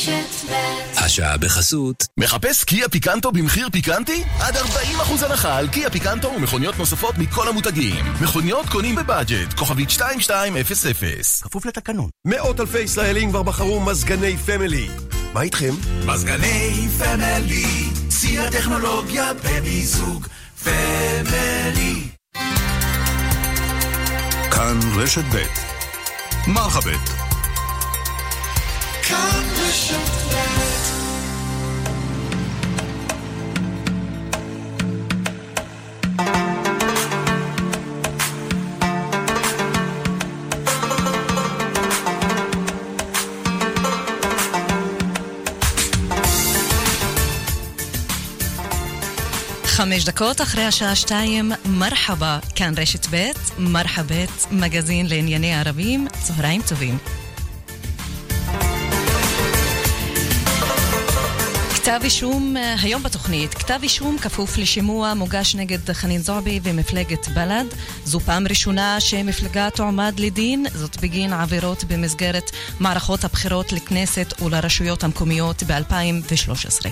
השעה בחסות. מחפש קיה פיקנטו במחיר פיקנטי? עד 40% הנחה על קיה פיקנטו ומכוניות נוספות מכל המותגים. מכוניות קונים בבאג'ט, כוכבית 2200. כפוף לתקנון. מאות אלפי ישראלים כבר בחרו מזגני פמילי. מה איתכם? מזגני פמילי, שיא הטכנולוגיה במיזוג פמילי. כאן רשת ב' מרחבת. כאן רשת ב'. חמש דקות אחרי השעה 2, מרחבה, כאן רשת ב', מרחבת, מגזין לענייני ערבים, צהריים טובים. כתב אישום היום בתוכנית, כתב אישום כפוף לשימוע מוגש נגד חנין זועבי ומפלגת בל"ד. זו פעם ראשונה שמפלגה תועמד לדין, זאת בגין עבירות במסגרת מערכות הבחירות לכנסת ולרשויות המקומיות ב-2013.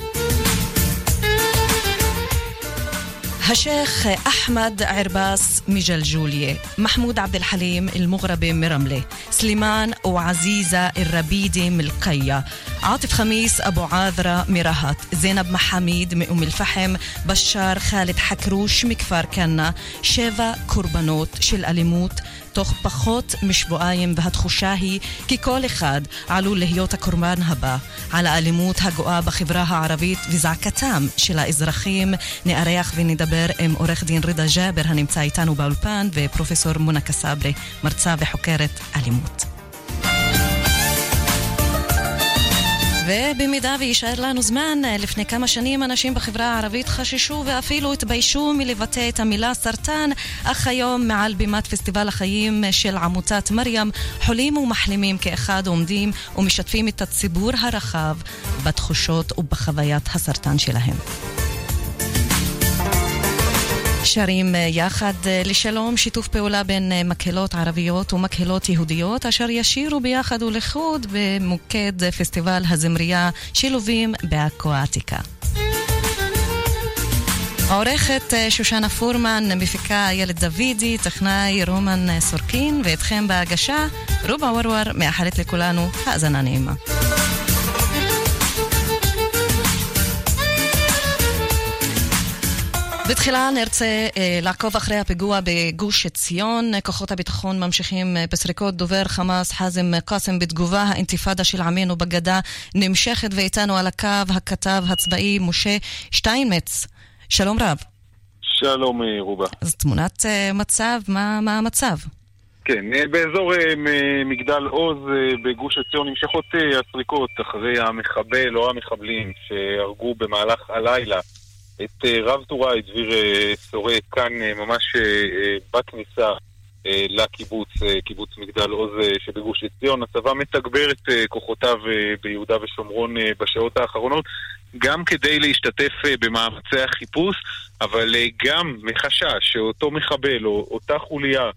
השייخ أحمد عرباس مجلجولية، محمود عبد الحليم المغربي مرملة، سليمان وعزيزة الربيدي من القية، عاطف خميس أبو عاذرة مرهات، زينب محميد من أم الفحم، بشار خالد حكروش מכפר כנא, 7 קורבנות של אלימות תוך פחות משבועיים, והתחושה היא כי כל אחד עלול להיות הקורבן הבא. על האלימות הגואה בחברה הערבית וזעקתם של האזרחים נארח ונדבר עם עורך דין רדה ג'אבר הנמצא איתנו באולפן, ופרופסור מונה קסאברי, מרצה וחוקרת אלימות. ובמידה וישאר לנו זמן, לפני כמה שנים אנשים בחברה הערבית חששו ואפילו התביישו מלבטא את המילה סרטן, אך היום מעל בימת פסטיבל החיים של עמותת מרים, חולים ומחלימים כאחד עומדים ומשתפים את הציבור הרחב בתחושות ובחוויית הסרטן שלהם. שרים יחד לשלום, שיתוף פעולה בין מקהלות ערביות ומקהלות יהודיות אשר ישירו ביחד ולחוד במוקד פסטיבל הזמרייה שילובים בעכו העתיקה. עורכת שושנה פורמן, מפיקה ילד דוידי, טכנאי רומן סורקין, ואתכם בהגשה רובה ורור, מאחלת לכולנו האזנה נעימה. בתחילה נרצה לעקוב אחרי הפיגוע בגוש ציון. כוחות הביטחון ממשיכים בסריקות. דובר חמאס חזם קאסם בתגובה: האינתיפאדה של עמנו בגדה נמשכת. ואיתנו על הקו הכתב הצבאי משה שטיינמץ. שלום רב. שלום רובה. אז תמונת מצב, מה המצב? כן, באזור מגדל עוז בגוש ציון נמשכות הסריקות אחרי המחבל או המחבלים שהרגו במהלך הלילה את רב תורה, את דביר סורי, כאן ממש בכניסה לקיבוץ, קיבוץ מגדל עוז שבגוש ציון. הצבא מתגבר את כוחותיו ביהודה ושומרון בשעות האחרונות, גם כדי להשתתף במאמצי החיפוש, אבל גם מחשש שאותו מחבל או אותה חוליה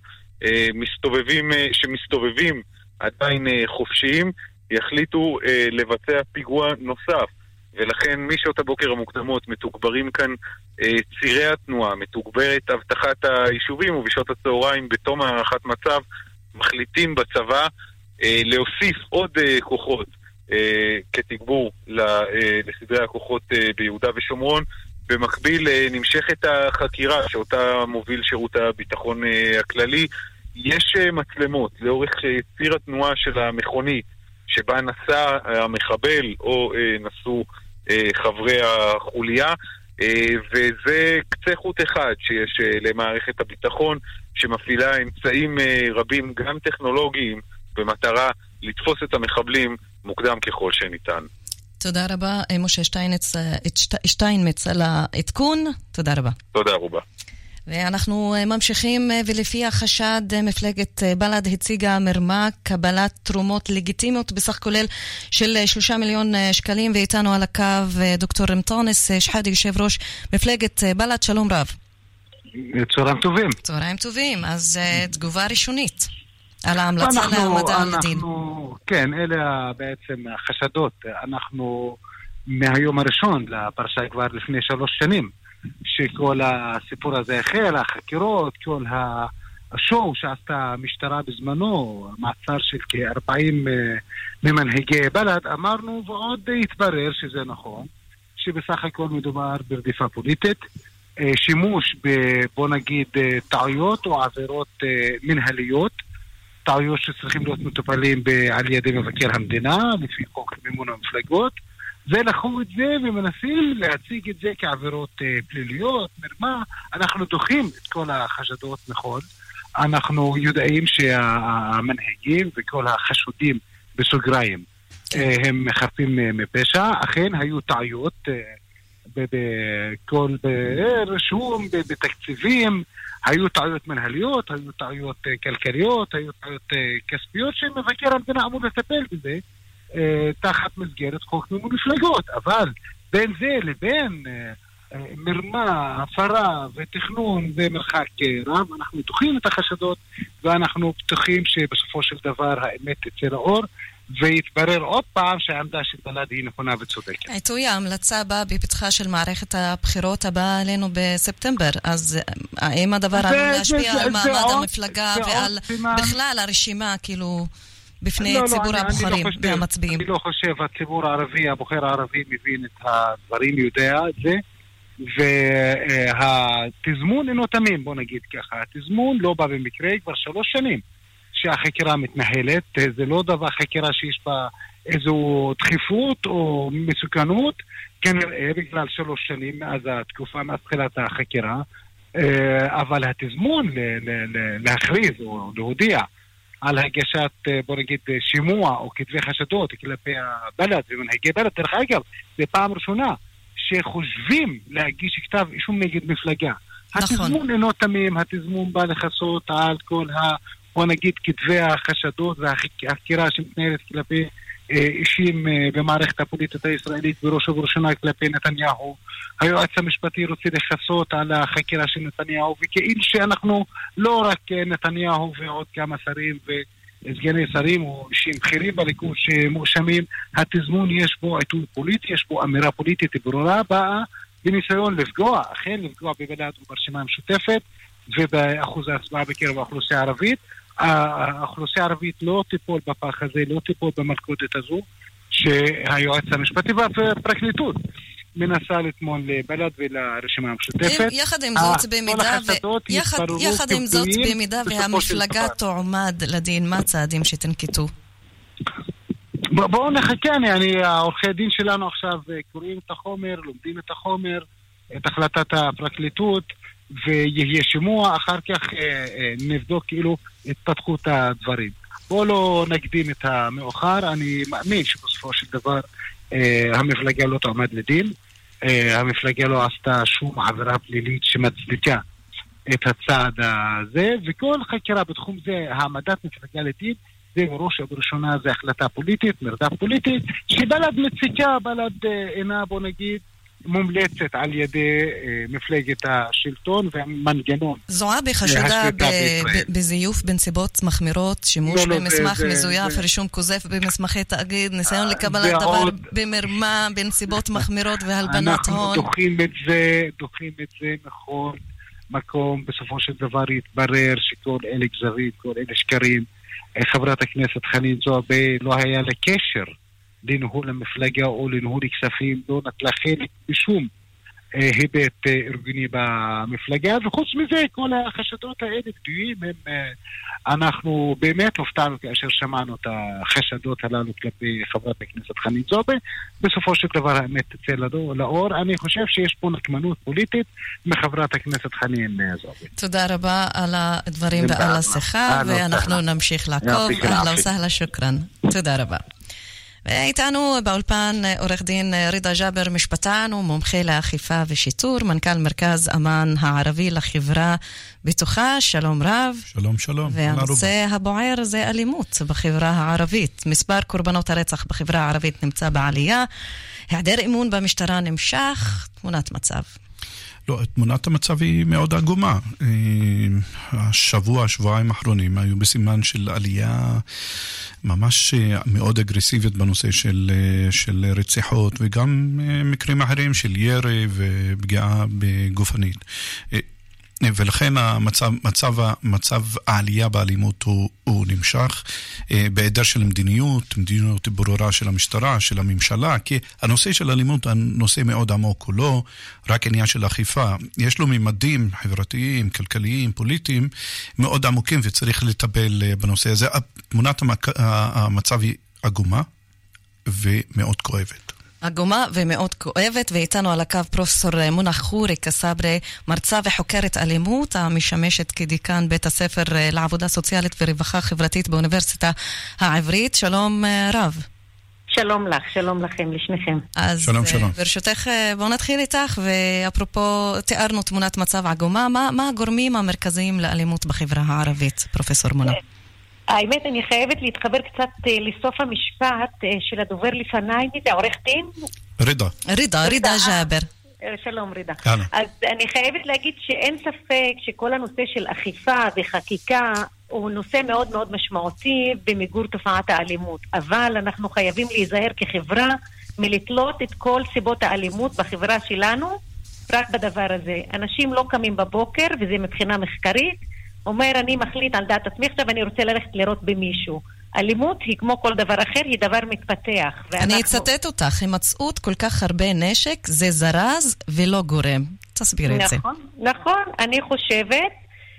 שמסתובבים עדיין חופשיים, יחליטו לבצע פיגוע נוסף. ולכן משעות הבוקר המוקדמות מתוגברים כאן צירי התנועה, מתוגברת הבטחת היישובים, ובשעות הצהריים בתום הערכת מצב מחליטים בצבא להוסיף עוד כוחות כתגבור לסדרי הכוחות ביהודה ושומרון. במקביל נמשכת החקירה שאותה מוביל שירות הביטחון הכללי. יש מצלמות לאורך ציר התנועה של המכונית שבה נסע המחבל או נסעו חברי החוליה, וזה קצה חוט אחד שיש למערכת הביטחון שמפעילה אמצעים רבים גם טכנולוגיים במטרה לתפוס את המחבלים מוקדם ככל שניתן. תודה רבה משה שטיינמץ על העדכון. תודה רבה. תודה רבה. ואנחנו ממשיכים, ולפי החשד מפלגת בל"ד הציגה מרמה קבלת תרומות לגיטימיות בסך כולל של 3 מיליון שקלים. ואיתנו על הקו דוקטור אנטאנס שחאדה, יושב ראש מפלגת בל"ד. שלום רב. צהריים טובים. צהריים טובים. אז תגובה ראשונית. על ההמלצה להעמדה לדין. כן, אלה בעצם החשדות. אנחנו מהיום הראשון לפרשה כבר לפני 3 שנים, שכל הסיפור הזה החל, החקירות, כל השואו שעשתה המשטרה בזמנו, מעצר של כ-40 ממנהיגי בל"ד, אמרנו ועוד התברר שזה נכון, שבסך הכל מדובר ברדיפה פוליטית, שימוש בוא נגיד טעויות או עבירות מנהליות, טעויות שצריכים להיות מטופלים על ידי מבקר המדינה, לפי חוק מימון המפלגות, ולקחו את זה ומנסים להציג את זה כעבירות פליליות, מרמה. אנחנו דוחים את כל החשדות, נכון. אנחנו יודעים שהמנהיגים וכל החשודים בסוגריים הם חפים מפשע, אכן היו טעויות בכל רשום, בתקציבים, היו טעויות מנהליות, היו טעויות כלכליות, היו טעויות כספיות שמבקר המדינה אמור לטפל בזה תחת מסגרת חוק מימון מפלגות. אבל בין זה לבין מרמה, הפרה ותכנון ומרחק רב, אנחנו דוחים את החשדות ואנחנו בטוחים שבסופו של דבר האמת תצא לאור ויתברר עוד פעם שהעמדה של בל"ד היא נכונה וצודקת. עיתוי ההמלצה באה בפתחה של מערכת הבחירות הבאה עלינו בספטמבר, אז האם הדבר עלול להשפיע על מעמד המפלגה ועל בכלל הרשימה כאילו בפני ציבור הבוחרים והמצביעים? אני לא חושב, הציבור הערבי, הבוחר הערבי מבין את הדברים, יודע את זה, והתזמון אינו תמים, בוא נגיד ככה. התזמון לא בא במקרה, כבר 3 שנים שהחקירה מתנהלת, זה לא דבר חקירה שיש בה איזו דחיפות או מסוכנות, כנראה בגלל 3 שנים מאז התקופה, מאז תחילת החקירה, אבל התזמון להכריז או להודיע על הגשת, בוא נגיד, שימוע או כתבי חשדות כלפי הבל"ד ומנהיגי בל"ד, דרך אגב, זה פעם ראשונה שחושבים להגיש כתב אישום נגד מפלגה. נכון. התזמון אינו תמים, התזמון בא לחסות על כל בוא נגיד כתבי החשדות והחקירה שמתנהלת כלפי אישים במערכת הפוליטית הישראלית, בראש ובראשונה כלפי נתניהו. היועץ המשפטי רוצה לחסות על החקירה של נתניהו, וכאילו שאנחנו לא רק נתניהו ועוד כמה שרים וסגני שרים או אישים בכירים בליכוד שמואשמים. התזמון יש בו עיתוי פוליטי, יש בו אמירה פוליטית ברורה, באה בניסיון לפגוע, אכן לפגוע בבל"ד וברשימה המשותפת ובאחוז ההצבעה בקרב האוכלוסייה הערבית. האוכלוסייה הערבית לא טיפול בפח הזה, לא טיפול במלכודת הזו שהיועץ המשפטי והפרקליטות מנסה לתמון לבל"ד ולרשימה המשותפת. יחד עם זאת, במידה והמפלגה תועמד לדין, מה הצעדים שתנקטו? בואו נחכה, העורכי דין שלנו עכשיו קוראים את החומר, לומדים את החומר, את החלטת הפרקליטות, ויהיה שימוע, אחר כך נבדוק כאילו התפתחות הדברים. בואו לא נקדים את המאוחר, אני מאמין שבסופו של דבר המפלגה לא תעמד לדין, המפלגה לא עשתה שום עבירה פלילית שמצדיקה את הצעד הזה, וכל חקירה בתחום זה, העמדת מפלגה לדין, זה בראש ובראשונה זה החלטה פוליטית, מרדף פוליטית, שבל"ד מציקה, בל"ד אינה בוא נגיד מומלצת על ידי מפלגת השלטון והמנגנון. זועבי חשודה בזיוף בנסיבות מחמירות, שימוש במסמך מזויף, רישום כוזף במסמכי תאגיד, ניסיון לקבלת דבר במרמה בנסיבות מחמירות והלבנת הון. אנחנו דוחים את זה נכון מקום, בסופו של דבר יתברר שכל אלה גזרים, כל אלה שקרים. חברת הכנסת חנין זועבי לא היה לה קשר לניהול המפלגה או לניהול כספים, לא נטלה חלק בשום היבט ארגוני במפלגה, וחוץ מזה כל החשדות האלה גדולים, אנחנו באמת הופתענו כאשר שמענו את החשדות הללו כלפי חברת הכנסת חנין זועבי. בסופו של דבר האמת תצא לאור. אני חושב שיש פה נקמנות פוליטית מחברת הכנסת חנין זועבי. תודה רבה על הדברים ועל השיחה, ואנחנו נמשיך לעקוב. אהלה וסהלה, שוקרן. תודה רבה. ואיתנו באולפן עורך דין רידה ג'אבר, משפטן ומומחה לאכיפה ושיטור, מנכ"ל מרכז אמן הערבי לחברה בטוחה. שלום רב. שלום שלום. והנושא הבוער זה אלימות בחברה הערבית. מספר קורבנות הרצח בחברה הערבית נמצא בעלייה, היעדר אמון במשטרה נמשך. תמונת מצב. לא, תמונת המצב היא מאוד עגומה. שבועיים האחרונים היו בסימן של עלייה ממש מאוד אגרסיבית בנושא של רציחות, וגם מקרים אחרים של ירי ופגיעה בגופנית. ולכן מצב העלייה באלימות הוא נמשך בהיעדר של מדיניות ברורה של המשטרה, של הממשלה, כי הנושא של אלימות הוא נושא מאוד עמוק, הוא לא רק עניין של אכיפה, יש לו ממדים חברתיים, כלכליים, פוליטיים, מאוד עמוקים, וצריך לטפל בנושא הזה. תמונת המצב היא עגומה ומאוד כואבת. עגומה ומאוד כואבת, ואיתנו על הקו פרופסור מונה חורי כסברי, מרצה וחוקרת אלימות, המשמשת כדיקן בית הספר לעבודה סוציאלית ורווחה חברתית באוניברסיטה העברית. שלום רב. שלום לך, שלום לכם, לשניכם. אז שלום. ברשותך, בואו נתחיל איתך, ואפרופו תיארנו תמונת מצב עגומה, מה הגורמים המרכזיים לאלימות בחברה הערבית, פרופסור מונה? האמת, אני חייבת להתחבר קצת לסוף המשפט של הדובר לפניי, זה עורך דין? רידה ג'אבר. שלום רידה. אז אני חייבת להגיד שאין ספק שכל הנושא של אכיפה וחקיקה הוא נושא מאוד מאוד משמעותי במיגור תופעת האלימות. אבל אנחנו חייבים להיזהר כחברה מלתלות את כל סיבות האלימות בחברה שלנו רק בדבר הזה. אנשים לא קמים בבוקר, וזה מבחינה מחקרית, אומר, אני מחליט על דעת עצמי עכשיו, אני רוצה ללכת לראות במישהו. אלימות היא כמו כל דבר אחר, היא דבר מתפתח. אני אצטט אותך, הימצאות כל כך הרבה נשק, זה זרז ולא גורם. תסביר את זה. נכון. אני חושבת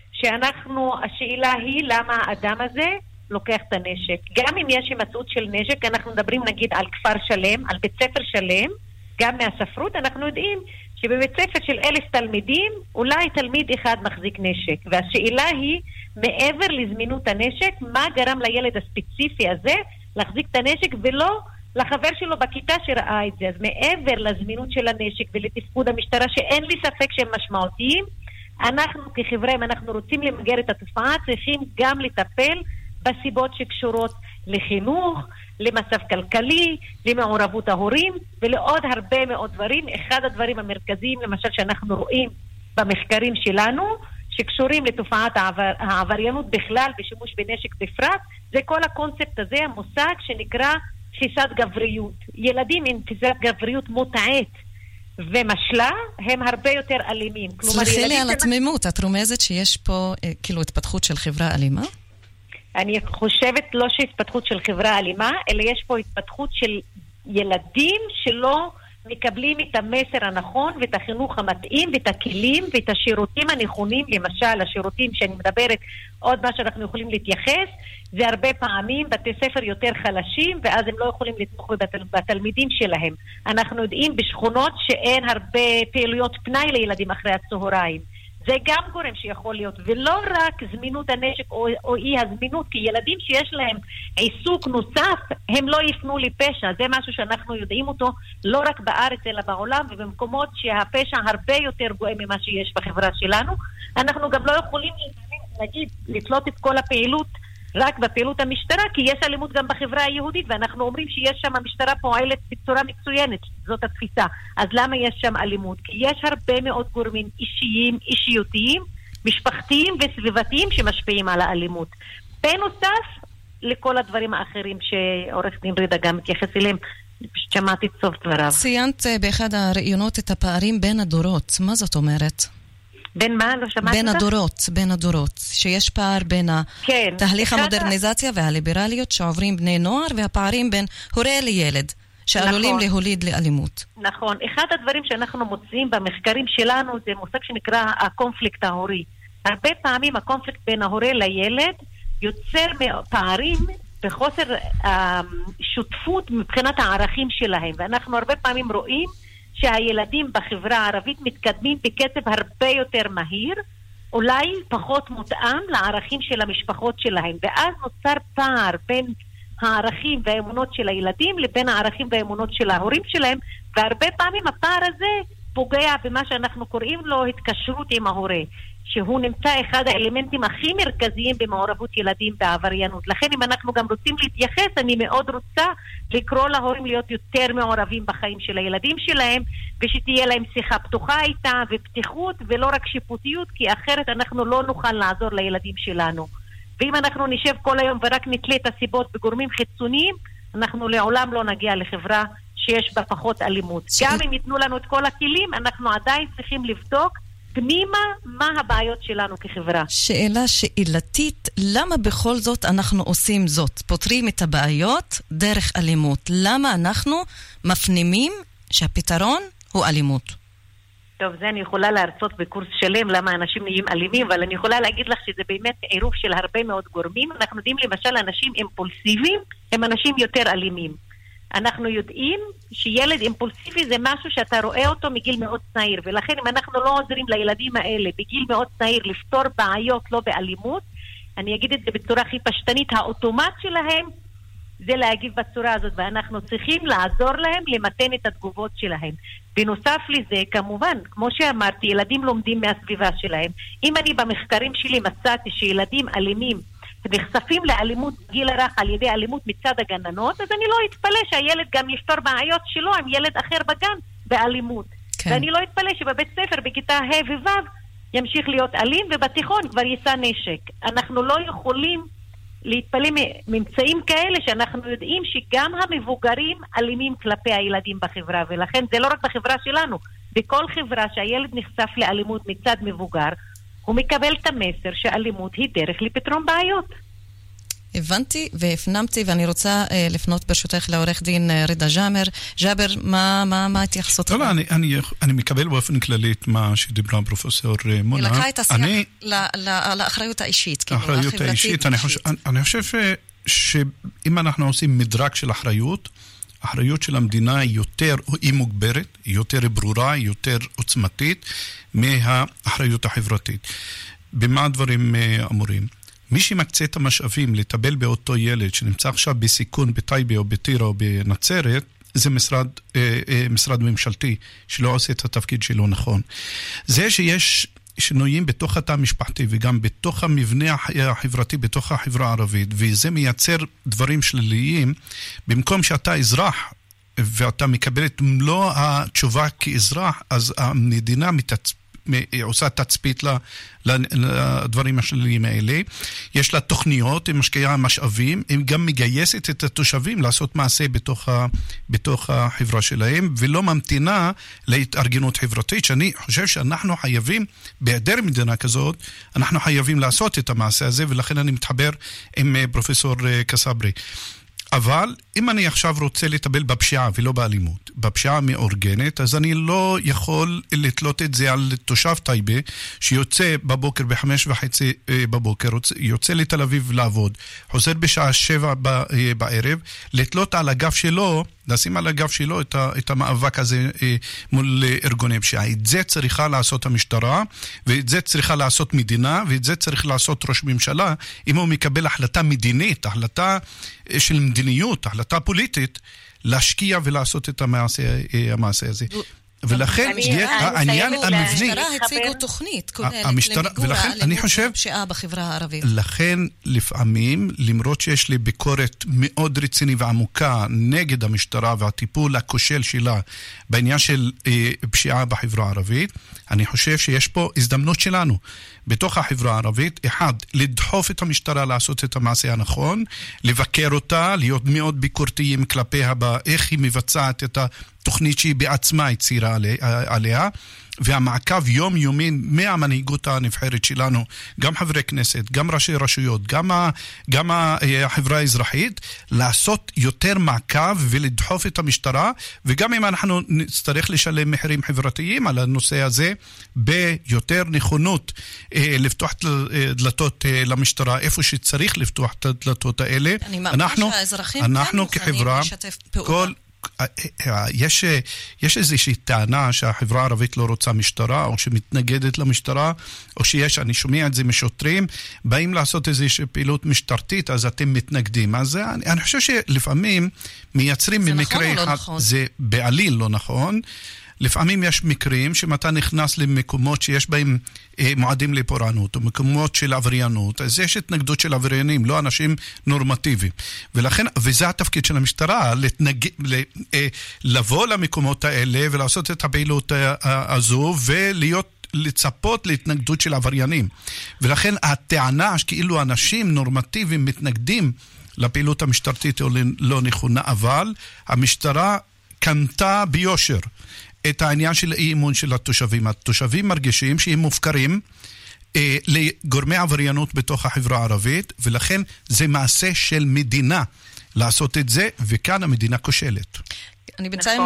השאלה היא למה האדם הזה לוקח את הנשק. גם אם יש הימצאות של נשק, אנחנו מדברים נגיד על כפר שלם, על בית ספר שלם, גם מהספרות, אנחנו יודעים שבבית ספר של 1,000 תלמידים, אולי תלמיד אחד מחזיק נשק. והשאלה היא, מעבר לזמינות הנשק, מה גרם לילד הספציפי הזה להחזיק את הנשק, ולא לחבר שלו בכיתה שראה את זה. אז מעבר לזמינות של הנשק ולתפקוד המשטרה, שאין לי ספק שהם משמעותיים, אנחנו כחברה, אם אנחנו רוצים למגר את התופעה, צריכים גם לטפל בסיבות שקשורות לחינוך, למצב כלכלי, למעורבות ההורים, ולעוד הרבה מאוד דברים. אחד הדברים המרכזיים, למשל, שאנחנו רואים במחקרים שלנו, שקשורים לתופעת העבריינות בכלל, ושימוש בנשק בפרט, זה כל הקונספט הזה, המושג שנקרא תפיסת גבריות. ילדים עם תפיסת גבריות מוטעית ומשלה, הם הרבה יותר אלימים. סלחי לי על התמימות, את רומזת שיש פה כאילו התפתחות של חברה אלימה? אני חושבת לא שהתפתחות של חברה אלימה, אלא יש פה התפתחות של ילדים שלא מקבלים את המסר הנכון ואת החינוך המתאים ואת הכלים ואת השירותים הנכונים. למשל, השירותים שאני מדברת, עוד מה שאנחנו יכולים להתייחס, זה הרבה פעמים בתי ספר יותר חלשים, ואז הם לא יכולים לתמוך בתלמידים שלהם. אנחנו יודעים בשכונות שאין הרבה פעילויות פנאי לילדים אחרי הצהריים. זה גם גורם שיכול להיות, ולא רק זמינות הנשק או אי הזמינות, כי ילדים שיש להם עיסוק נוסף, הם לא יפנו לפשע. זה משהו שאנחנו יודעים אותו, לא רק בארץ אלא בעולם, ובמקומות שהפשע הרבה יותר גואה ממה שיש בחברה שלנו. אנחנו גם לא יכולים להגיד, לתלות את כל הפעילות רק בפעילות המשטרה, כי יש אלימות גם בחברה היהודית, ואנחנו אומרים שיש שם המשטרה פועלת בצורה מצוינת, זאת התפיסה. אז למה יש שם אלימות? כי יש הרבה מאוד גורמים אישיים, אישיותיים, משפחתיים וסביבתיים שמשפיעים על האלימות. בנוסף לכל הדברים האחרים שעורך דין רידה גם מתייחס אליהם, שמעתי את סוף דבריו. ציינת באחד הראיונות את הפערים בין הדורות, מה זאת אומרת? בין מה? לא שמעתי אותך? בין הדורות, שיש פער בין תהליך המודרניזציה והליברליות שעוברים בני נוער, והפערים בין הורה לילד, שעלולים להוליד לאלימות. נכון. אחד הדברים שאנחנו מוצאים במחקרים שלנו, זה מושג שנקרא הקונפליקט ההורי. הרבה פעמים הקונפליקט בין ההורה לילד יוצר פערים בחוסר שותפות מבחינת הערכים שלהם, ואנחנו הרבה פעמים רואים שהילדים בחברה הערבית מתקדמים בקצב הרבה יותר מהיר, אולי פחות מותאם לערכים של המשפחות שלהם, ואז נוצר פער בין הערכים והאמונות של הילדים לבין הערכים והאמונות של ההורים שלהם, והרבה פעמים הפער הזה פוגע במה שאנחנו קוראים לו התקשרות עם ההורה, שהוא נמצא אחד האלמנטים הכי מרכזיים במעורבות ילדים בעבריינות. לכן אם אנחנו גם רוצים להתייחס, אני מאוד רוצה לקרוא להורים להיות יותר מעורבים בחיים של הילדים שלהם, ושתהיה להם שיחה פתוחה איתה ופתיחות ולא רק שיפוטיות, כי אחרת אנחנו לא נוכל לעזור לילדים שלנו. ואם אנחנו נשב כל היום ורק נתלה את הסיבות בגורמים חיצוניים, אנחנו לעולם לא נגיע לחברה שיש בה פחות אלימות. גם אם ייתנו לנו את כל הכלים, אנחנו עדיין צריכים לבדוק פנימה מה הבעיות שלנו כחברה. שאלה שאלתית, למה בכל זאת אנחנו עושים זאת? פותרים את הבעיות דרך אלימות. למה אנחנו מפנימים שהפתרון הוא אלימות? טוב, זה אני יכולה להרצות בקורס שלם למה אנשים נהיים אלימים, אבל אני יכולה להגיד לך שזה באמת עירוב של הרבה מאוד גורמים. אנחנו יודעים למשל אנשים אימפולסיביים הם אנשים יותר אלימים. אנחנו יודעים שילד אימפולסיבי זה משהו שאתה רואה אותו מגיל מאוד צעיר, ולכן אם אנחנו לא עוזרים לילדים האלה בגיל מאוד צעיר לפתור בעיות לא באלימות, אני אגיד את זה בצורה הכי פשטנית, האוטומט שלהם זה להגיב בצורה הזאת, ואנחנו צריכים לעזור להם למתן את התגובות שלהם. בנוסף לזה, כמובן, כמו שאמרתי, ילדים לומדים מהסביבה שלהם. אם אני במחקרים שלי מצאתי שילדים אלימים נחשפים לאלימות בגיל הרך על ידי אלימות מצד הגננות, אז אני לא אתפלא שהילד גם יפתור בעיות שלו עם ילד אחר בגן באלימות. כן. ואני לא אתפלא שבבית ספר בכיתה ה' וו' ימשיך להיות אלים, ובתיכון כבר יישא נשק. אנחנו לא יכולים להתפלא ממצאים כאלה שאנחנו יודעים שגם המבוגרים אלימים כלפי הילדים בחברה, ולכן זה לא רק בחברה שלנו, בכל חברה שהילד נחשף לאלימות מצד מבוגר, הוא מקבל את המסר שאלימות היא דרך לפתרון בעיות. הבנתי והפנמתי, ואני רוצה לפנות ברשותך לעורך דין רדה ג'אמר. ג'אבר, מה התייחסות? לא, אני מקבל באופן כללי את מה שדיברה פרופסור מונה. היא לקחה את השיח לאחריות האישית. האחריות האישית, אני חושב שאם אנחנו עושים מדרג של אחריות, האחריות של המדינה היא מוגברת, היא יותר ברורה, היא יותר עוצמתית מהאחריות החברתית. במה הדברים אמורים? מי שמקצה את המשאבים לטפל באותו ילד שנמצא עכשיו בסיכון בטייבה או בטירה או בנצרת, זה משרד ממשלתי שלא עושה את התפקיד שלו נכון. זה שיש שינויים בתוך התא המשפחתי וגם בתוך המבנה החברתי בתוך החברה הערבית, וזה מייצר דברים שליליים, במקום שאתה אזרח ואתה מקבל את מלוא התשובה כאזרח, אז המדינה עושה תצפית לדברים השליליים האלה. יש לה תוכניות, היא משקיעה משאבים, היא גם מגייסת את התושבים לעשות מעשה בתוך החברה שלהם, ולא ממתינה להתארגנות חברתית, שאני חושב שאנחנו חייבים, בהיעדר מדינה כזאת, אנחנו חייבים לעשות את המעשה הזה, ולכן אני מתחבר עם פרופסור קסברי. אבל אם אני עכשיו רוצה לטפל בפשיעה ולא באלימות, בפשיעה מאורגנת, אז אני לא יכול לתלות את זה על תושב טייבה שיוצא בבוקר ב5:30 בבוקר, יוצא לתל אביב לעבוד, חוזר בשעה 7 בערב, לתלות על הגב שלו, לשים על הגב שלו את המאבק הזה מול ארגוני פשיעה. את זה צריכה לעשות המשטרה, ואת זה צריכה לעשות מדינה, ואת זה צריך לעשות ראש ממשלה, אם הוא מקבל החלטה מדינית, החלטה של מדיניות, החלטה פוליטית, להשקיע ולעשות את המעשה הזה. ולכן העניין המבני, המשטרה הציגו תוכנית כוללת למיגור האלימות והפשיעה בחברה הערבית. לכן לפעמים, למרות שיש לי ביקורת מאוד רציני ועמוקה נגד המשטרה והטיפול הכושל שלה בעניין של פשיעה בחברה הערבית, אני חושב שיש פה הזדמנות שלנו בתוך החברה הערבית, אחד, לדחוף את המשטרה לעשות את המעשה הנכון, לבקר אותה, להיות מאוד ביקורתיים כלפיה באיך היא מבצעת את התוכנית שהיא בעצמה הצירה עליה, והמעקב יומיומי מהמנהיגות הנבחרת שלנו, גם חברי כנסת, גם ראשי רשויות, גם החברה האזרחית, לעשות יותר מעקב ולדחוף את המשטרה, וגם אם אנחנו נצטרך לשלם מחירים חברתיים על הנושא הזה, ביותר נכונות לפתוח דלתות למשטרה, איפה שצריך לפתוח את הדלתות האלה. אני מאמין שהאזרחים אנחנו כחברה, יש איזושהי טענה שהחברה הערבית לא רוצה משטרה, או שמתנגדת למשטרה, או אני שומע את זה משוטרים, באים לעשות איזושהי פעילות משטרתית, אז אתם מתנגדים. אז אני חושב שלפעמים מייצרים במקרה אחד, זה בעליל לא נכון, לפעמים יש מקרים שמתה נכנס למקומות שיש בהם מועדים לפורענות, או מקומות של עבריינות, אז יש התנגדות של עבריינים, לא אנשים נורמטיביים. ולכן, וזה התפקיד של המשטרה, לבוא למקומות האלה ולעשות את הפעילות הזו, לצפות להתנגדות של עבריינים. ולכן הטענה שכאילו אנשים נורמטיביים מתנגדים לפעילות המשטרתית או לא נכונה, אבל המשטרה קנתה ביושר את העניין של האי-אמון של התושבים. התושבים מרגישים שהם מופקרים לגורמי עבריינות בתוך החברה הערבית, ולכן זה מעשה של מדינה לעשות את זה, וכאן המדינה כושלת. אני בינתיים...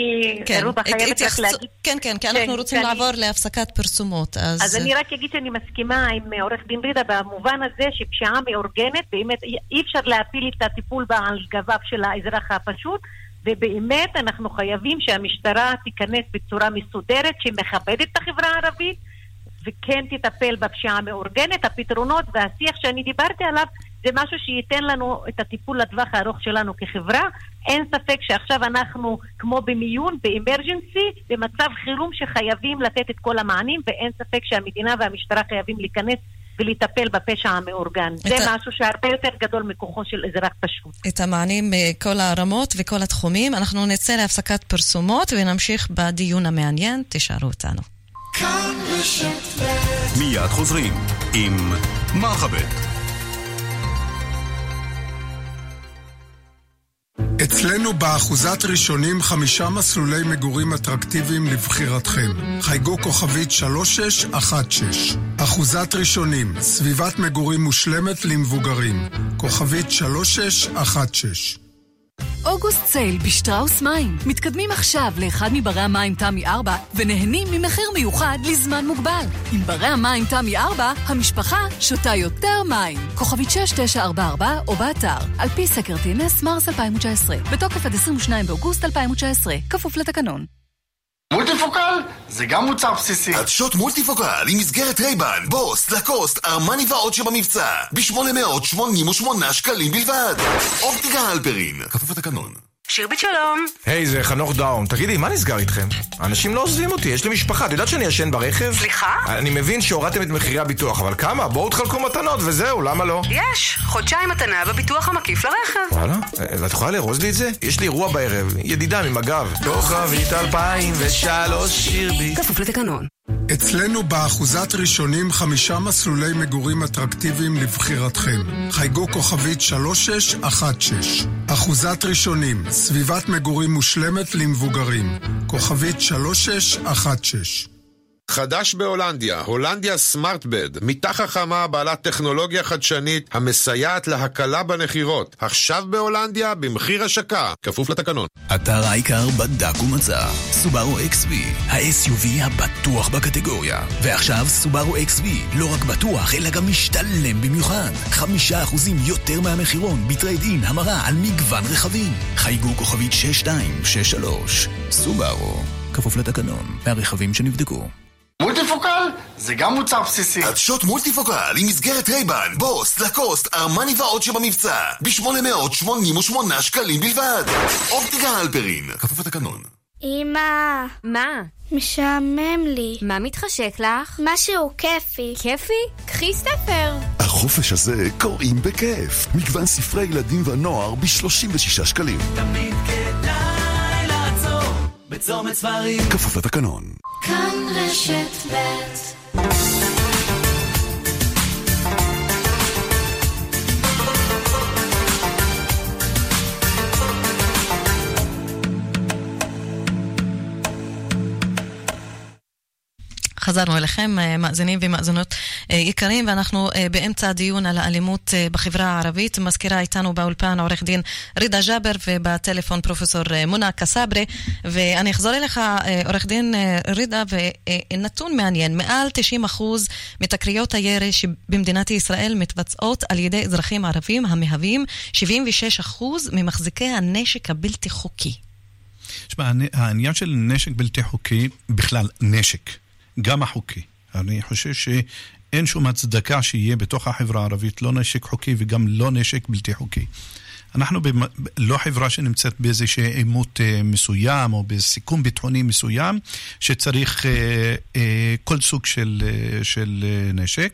כן, כי אנחנו רוצים לעבור להפסקת פרסומות. אז אני רק אגיד שאני מסכימה עם עורך דין רידה במובן הזה שפשיעה מאורגנת, באמת אי אפשר להפיל את הטיפול בה על גביו של האזרח הפשוט, ובאמת אנחנו חייבים שהמשטרה תיכנס בצורה מסודרת שמכבדת את החברה הערבית, וכן תטפל בפשיעה המאורגנת. הפתרונות והשיח שאני דיברתי עליו זה משהו שייתן לנו את הטיפול לטווח הארוך שלנו כחברה. אין ספק שעכשיו אנחנו כמו במיון, באמרג'נסי, במצב חירום שחייבים לתת את כל המענים, ואין ספק שהמדינה והמשטרה חייבים להיכנס ולטפל בפשע המאורגן. זה משהו שהרבה יותר גדול מכוחו של אזרח פשוט. את המענים בכל הרמות וכל התחומים. אנחנו נצא להפסקת פרסומות ונמשיך בדיון המעניין. תשארו אותנו. מיד חוזרים עם מרחבת. אצלנו באחוזת ראשונים 5 מסלולי מגורים אטרקטיביים לבחירתכם. חייגו כוכבית 3616. אחוזת ראשונים, סביבת מגורים מושלמת למבוגרים. כוכבית 3616. אוגוסט סייל בשטראוס מים. מתקדמים עכשיו לאחד מברי המים תמי 4 ונהנים ממחיר מיוחד לזמן מוגבל. עם ברי המים תמי 4, המשפחה שותה יותר מים. כוכבית 6944 או באתר. על פי סקר TNS מרס 2019. בתוקף עד 22 באוגוסט 2019. כפוף לתקנון. מולטיפוקל? זה גם מוצר בסיסי. עדשות מולטיפוקל עם מסגרת רייבן, בוס, לקוסט, ארמני ועוד שבמבצע ב-888 שקלים בלבד. אופטיקה הלפרין, כפוף לתקנון. שירבית שלום. היי, זה חנוך דאון. תגידי, מה נסגר איתכם? אנשים לא עוזבים אותי, יש לי משפחה. את יודעת שאני ישן ברכב? סליחה? אני מבין שהורדתם את מחירי הביטוח, אבל כמה? בואו תחלקו מתנות וזהו, למה לא? יש, חודשיים מתנה בביטוח המקיף לרכב. וואלה? ואת יכולה לרוז לי את זה? יש לי אירוע בערב, ידידה ממג"ב. כוכבית 2003 שירבית. כפוף לתקנון. אצלנו באחוזת ראשונים 5 מסלולי מגורים אטרקטיביים לבחירתכם. חייגו כוכבית 3616. אחוזת ראשונים, סביבת מגורים מושלמת למבוגרים. כוכבית 3616. חדש בהולנדיה, הולנדיה סמארטבד, מיטה חכמה בעלת טכנולוגיה חדשנית המסייעת להקלה בנחירות. עכשיו בהולנדיה במחיר השקה, כפוף לתקנון. אתר העיקר בדק ומצא, סובארו XV, ה-SUV הבטוח בקטגוריה. ועכשיו סובארו XV לא רק בטוח אלא גם משתלם במיוחד. 5% יותר מהמחירון בטרייד אין המרה על מגוון רכבים. חייגו כוכבית 6263. סובארו, כפוף לתקנון, מהרכבים שנבדקו. מולטיפוקל? זה גם מוצר בסיסי. עדשות מולטיפוקל עם מסגרת רייבן, בוס, לקוסט, ארמני ועוד שבמבצע ב-888 שקלים בלבד. אופטיקה הלפרין, כפוף לתקנון. אמא. מה? משעמם לי. מה מתחשק לך? משהו כיפי. כיפי? קחי ספר. החופש הזה קוראים בכיף. מגוון ספרי ילדים ונוער ב-36 שקלים. תמיד כדאי לעצור בצומת ספרים. כפוף לתקנון. כאן רשת ב'. חזרנו אליכם, מאזינים ומאזינות יקרים, ואנחנו באמצע הדיון על האלימות בחברה הערבית. מזכירה איתנו באולפן עורך דין רידה ג'אבר, ובטלפון פרופסור מונה קסאברי. ואני אחזור אליך, עורך דין רידה, ונתון מעניין, מעל 90% מתקריות הירי שבמדינת ישראל מתבצעות על ידי אזרחים ערבים, המהווים 76% ממחזיקי הנשק הבלתי חוקי. תשמע, העניין של נשק בלתי חוקי, בכלל נשק, גם החוקי. אני חושב שאין שום הצדקה שיהיה בתוך החברה הערבית לא נשק חוקי וגם לא נשק בלתי חוקי. אנחנו לא חברה שנמצאת באיזשהו עימות מסוים, או בסיכון ביטחוני מסוים, שצריך כל סוג של נשק.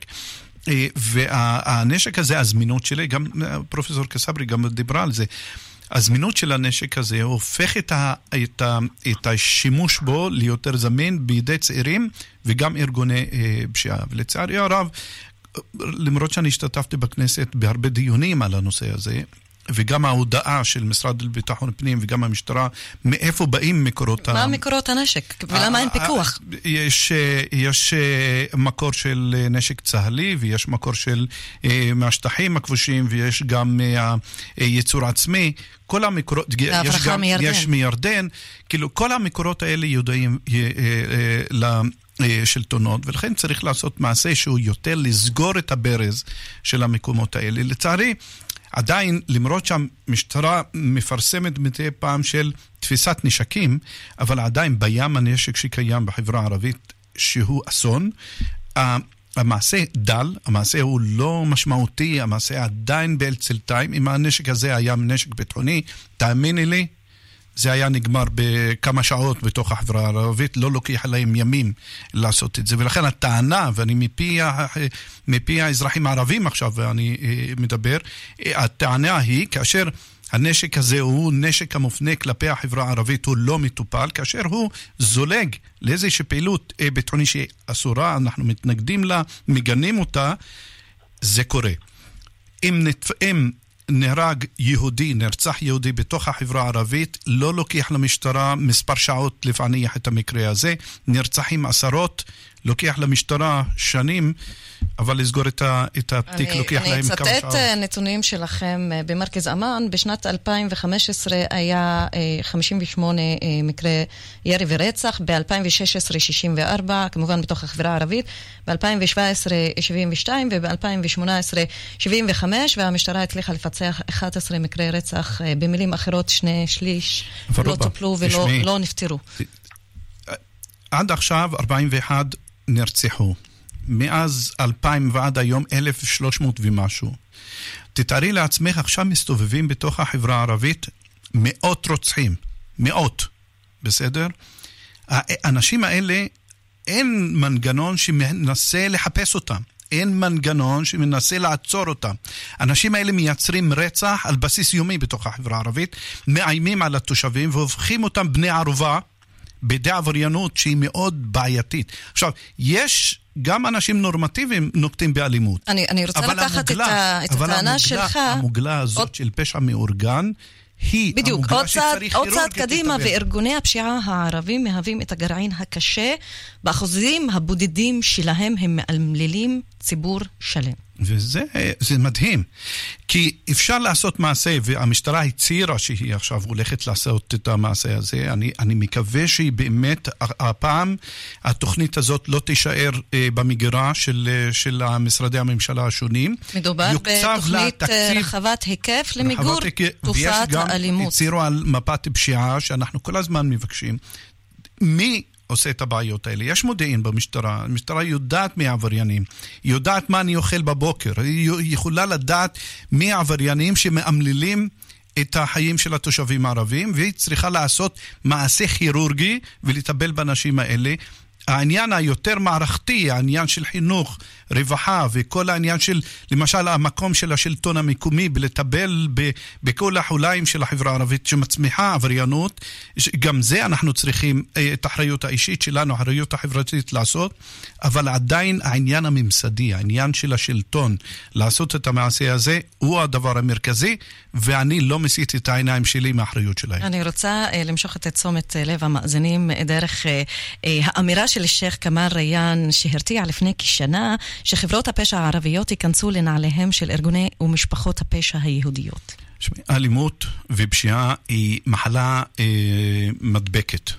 והנשק הזה, הזמינות שלי, גם פרופסור קסברי גם דיברה על זה, הזמינות של הנשק הזה הופך את השימוש בו ליותר זמין בידי צעירים וגם ארגוני פשיעה. ולצערי הרב, למרות שאני השתתפתי בכנסת בהרבה דיונים על הנושא הזה, וגם ההודעה של משרד לביטחון פנים וגם המשטרה, מאיפה באים מקורות... מה מקורות הנשק? ולמה אין פיקוח? יש מקור של נשק צהלי, ויש מקור של מהשטחים הכבושים, ויש גם ייצור עצמי. כל המקורות... יש מירדן. כאילו, כל המקורות האלה יודעים שלטונות, ולכן צריך לעשות מעשה שהוא יותר לסגור את הברז של המקומות האלה. לצערי, עדיין, למרות שהמשטרה מפרסמת מדי פעם של תפיסת נשקים, אבל עדיין בים הנשק שקיים בחברה הערבית, שהוא אסון, המעשה דל, המעשה הוא לא משמעותי, המעשה עדיין באלצלתיים. אם הנשק הזה היה נשק ביטחוני, תאמיני לי, זה היה נגמר בכמה שעות בתוך החברה הערבית, לא לוקח עליהם ימים לעשות את זה. ולכן הטענה, ואני מפי האזרחים הערבים עכשיו, ואני מדבר, הטענה היא, כאשר הנשק הזה הוא נשק המופנה כלפי החברה הערבית, הוא לא מטופל, כאשר הוא זולג לאיזושהי פעילות ביטחוני שהיא אסורה, אנחנו מתנגדים לה, מגנים אותה, זה קורה. אם נהרג יהודי, נרצח יהודי בתוך החברה הערבית, לא לוקח למשטרה מספר שעות לפענח את המקרה הזה, נרצחים עשרות, לוקח למשטרה שנים, אבל לסגור את התיק לוקח להם כמה שעות. אני אצטט נתונים שלכם במרכז אמן, בשנת 2015 היה 58 מקרי ירי ורצח, ב-2016 64, כמובן בתוך החברה הערבית, ב-2017 72 וב-2018 75, והמשטרה הצליחה לפצח 11 מקרי רצח, במילים אחרות 2/3 לא טופלו ולא נפטרו. עד עכשיו 41 נרצחו. מאז 2000 ועד היום 1,300 ומשהו. תתארי לעצמך, עכשיו מסתובבים בתוך החברה הערבית מאות רוצחים. מאות. בסדר? האנשים האלה, אין מנגנון שמנסה לחפש אותם. אין מנגנון שמנסה לעצור אותם. האנשים האלה מייצרים רצח על בסיס יומי בתוך החברה הערבית, מאיימים על התושבים והופכים אותם בני ערובה, בידי עבריינות שהיא מאוד בעייתית. עכשיו, יש גם אנשים נורמטיביים נוקטים באלימות. אני רוצה לקחת את הטענה שלך. אבל המוגלה הזאת של פשע מאורגן, היא בדיוק, עוד צעד קדימה, וארגוני הפשיעה הערבים מהווים את הגרעין הקשה, באחוזים הבודדים שלהם הם מאמללים ציבור שלם. וזה מדהים, כי אפשר לעשות מעשה, והמשטרה הצהירה שהיא עכשיו הולכת לעשות את המעשה הזה. אני מקווה שהיא באמת, הפעם התוכנית הזאת לא תישאר במגירה של משרדי הממשלה השונים. מדובר בתוכנית רחבת היקף למיגור תופעת האלימות. הצהירו על מפת פשיעה שאנחנו כל הזמן מבקשים. מי עושה את הבעיות האלה? יש מודיעין במשטרה, המשטרה יודעת מי העבריינים, היא יודעת מה אני אוכל בבוקר, היא יכולה לדעת מי העבריינים שמאמללים את החיים של התושבים הערבים, והיא צריכה לעשות מעשה כירורגי ולטפל באנשים האלה. העניין היותר מערכתי, העניין של חינוך, רווחה, וכל העניין של, למשל, המקום של השלטון המקומי, בלטפל בכל החוליים של החברה הערבית שמצמיחה עבריינות, גם זה אנחנו צריכים את האחריות האישית שלנו, האחריות החברתית לעשות, אבל עדיין העניין הממסדי, העניין של השלטון, לעשות את המעשה הזה, הוא הדבר המרכזי, ואני לא מסיט את העיניים שלי מהאחריות שלהם. אני רוצה למשוך את תשומת לב המאזינים דרך האמירה של השייך כמאל ריאן, שהרתיע לפני כשנה, שחברות הפשע הערביות ייכנסו לנעליהם של ארגוני ומשפחות הפשע היהודיות. אלימות ופשיעה היא מחלה מדבקת.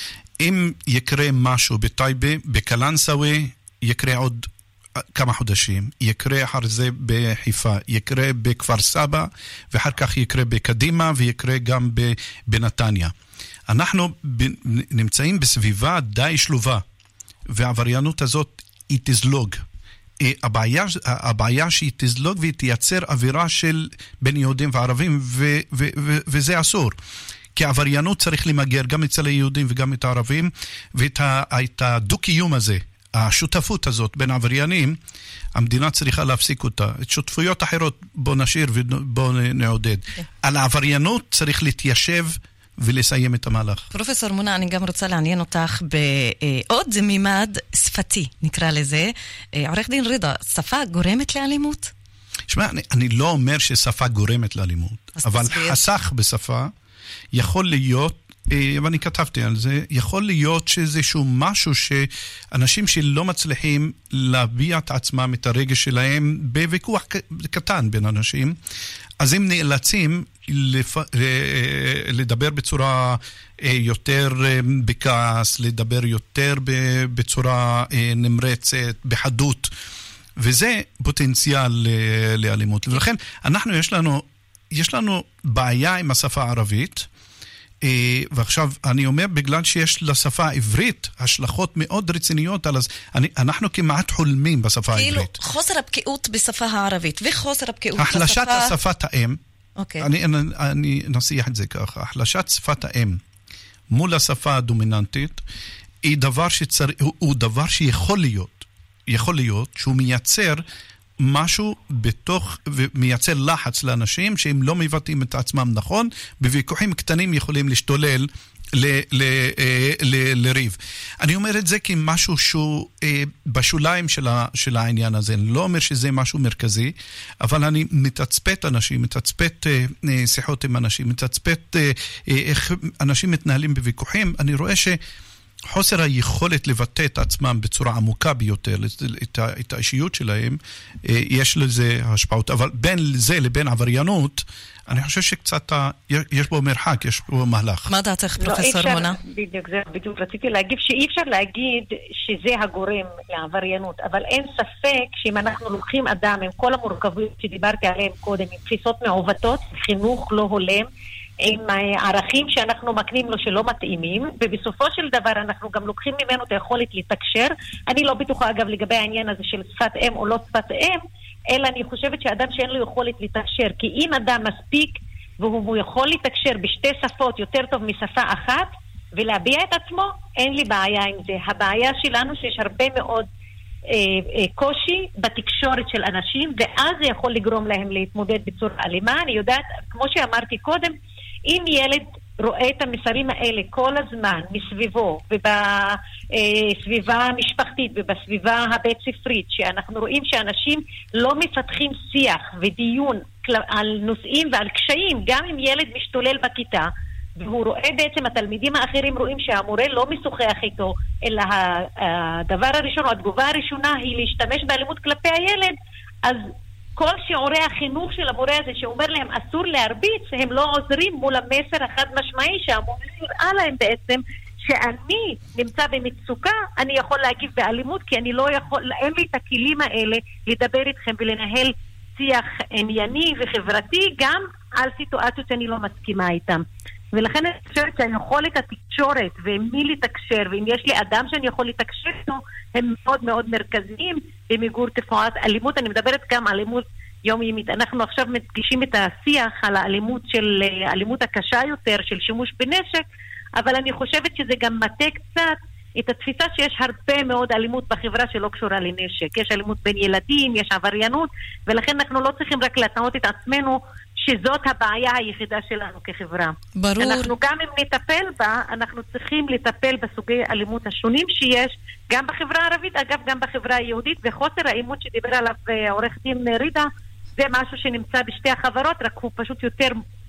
אם יקרה משהו בטייבה, בקלנסווה, יקרה עוד כמה חודשים, יקרה אחר זה בחיפה, יקרה בכפר סבא, ואחר כך יקרה בקדימה, ויקרה גם בנתניה. אנחנו נמצאים בסביבה די שלובה, והעבריינות הזאת היא תזלוג. הבעיה שהיא תזלוג והיא תייצר אווירה של בין יהודים וערבים, וזה אסור. כי העבריינות צריך למגר גם אצל היהודים וגם את הערבים, ואת הדו-קיום הזה, השותפות הזאת בין עבריינים, המדינה צריכה להפסיק אותה. את שותפויות אחרות בוא נשאיר ובוא נעודד. על העבריינות צריך להתיישב ולסיים את המהלך. פרופסור מונה, אני גם רוצה לעניין אותך בעוד מימד שפתי, נקרא לזה. עורך דין רידה, שפה גורמת לאלימות? שמע, אני לא אומר ששפה גורמת לאלימות, אבל חסך בשפה יכול להיות, ואני כתבתי על זה, יכול להיות שאיזשהו משהו שאנשים שלא מצליחים להביע את עצמם, את הרגש שלהם, בוויכוח קטן בין אנשים, אז הם נאלצים לדבר בצורה יותר בכעס, לדבר יותר בצורה נמרצת, בחדות, וזה פוטנציאל לאלימות. ולכן יש לנו בעיה עם השפה הערבית, ועכשיו אני אומר, בגלל שיש לשפה העברית השלכות מאוד רציניות, אנחנו כמעט חולמים בשפה העברית. כאילו חוסר הבקיאות בשפה הערבית וחוסר הבקיאות בשפה... החלשת שפת האם, אני נסיח את זה ככה, החלשת שפת האם מול השפה הדומיננטית, הוא דבר שיכול להיות שהוא מייצר משהו בתוך, ומייצר לחץ לאנשים שהם לא מבטאים את עצמם נכון, בוויכוחים קטנים יכולים להשתולל לריב. אני אומר את זה כמשהו שהוא בשוליים של העניין הזה. אני לא אומר שזה משהו מרכזי, אבל אני מתצפת אנשים, מתצפת שיחות עם אנשים, מתצפת איך אנשים מתנהלים בוויכוחים. אני רואה חוסר היכולת לבטא את עצמם בצורה עמוקה ביותר, את האישיות שלהם, יש לזה השפעות. אבל בין זה לבין עבריינות, אני חושב שקצת יש בו מרחק, יש בו מהלך. מה דעתך, פרופסור מונה? בדיוק רציתי להגיב שאי אפשר להגיד שזה הגורם לעבריינות, אבל אין ספק שאם אנחנו לוקחים אדם עם כל המורכבות שדיברתי עליהם קודם, עם תפיסות מעוותות, חינוך לא הולם, עם ערכים שאנחנו מקנים לו שלא מתאימים, ובסופו של דבר אנחנו גם לוקחים ממנו את היכולת לתקשר. אני לא בטוחה אגב לגבי העניין הזה של שפת אם או לא שפת אם, אלא אני חושבת שאדם שאין לו יכולת לתקשר, כי אם אדם מספיק והוא יכול לתקשר בשתי שפות יותר טוב משפה אחת ולהביע את עצמו, אין לי בעיה עם זה. הבעיה שלנו שיש הרבה מאוד קושי בתקשורת של אנשים, ואז זה יכול לגרום להם להתמודד בצורה אלימה. אני יודעת, כמו שאמרתי קודם, אם ילד רואה את המסרים האלה כל הזמן מסביבו ובסביבה המשפחתית ובסביבה הבית ספרית, שאנחנו רואים שאנשים לא מפתחים שיח ודיון על נושאים ועל קשיים, גם אם ילד משתולל בכיתה והוא רואה בעצם התלמידים האחרים רואים שהמורה לא משוחח איתו, אלא הדבר הראשון או התגובה הראשונה היא להשתמש באלימות כלפי הילד, אז כל שיעורי החינוך של המורה הזה שאומר להם אסור להרביץ, הם לא עוזרים מול המסר החד משמעי שהמורה יראה להם בעצם שאני נמצא במצוקה, אני יכול להגיב באלימות, כי אני לא יכול, אין לי את הכלים האלה לדבר איתכם ולנהל שיח ענייני וחברתי גם על סיטואציות שאני לא מסכימה איתם. ולכן אני חושבת שהיכולת התקשורת ומי לתקשר, ואם יש לי אדם שאני יכול לתקשר איתו, הם מאוד מאוד מרכזיים במיגור תופעת אלימות. אני מדברת גם על אלימות יומיומית. אנחנו עכשיו מדגישים את השיח על האלימות של אלימות הקשה יותר, של שימוש בנשק, אבל אני חושבת שזה גם מטה קצת את התפיסה שיש הרבה מאוד אלימות בחברה שלא קשורה לנשק. יש אלימות בין ילדים, יש עבריינות, ולכן אנחנו לא צריכים רק להתנות את עצמנו שזאת הבעיה היחידה שלנו כחברה. ברור. אנחנו גם אם נטפל בה, אנחנו צריכים לטפל בסוגי אלימות השונים שיש, גם בחברה הערבית, אגב גם בחברה היהודית, וחוסר האמון שדיבר עליו עורך דין רידה, זה משהו שנמצא בשתי החברות, רק הוא פשוט יותר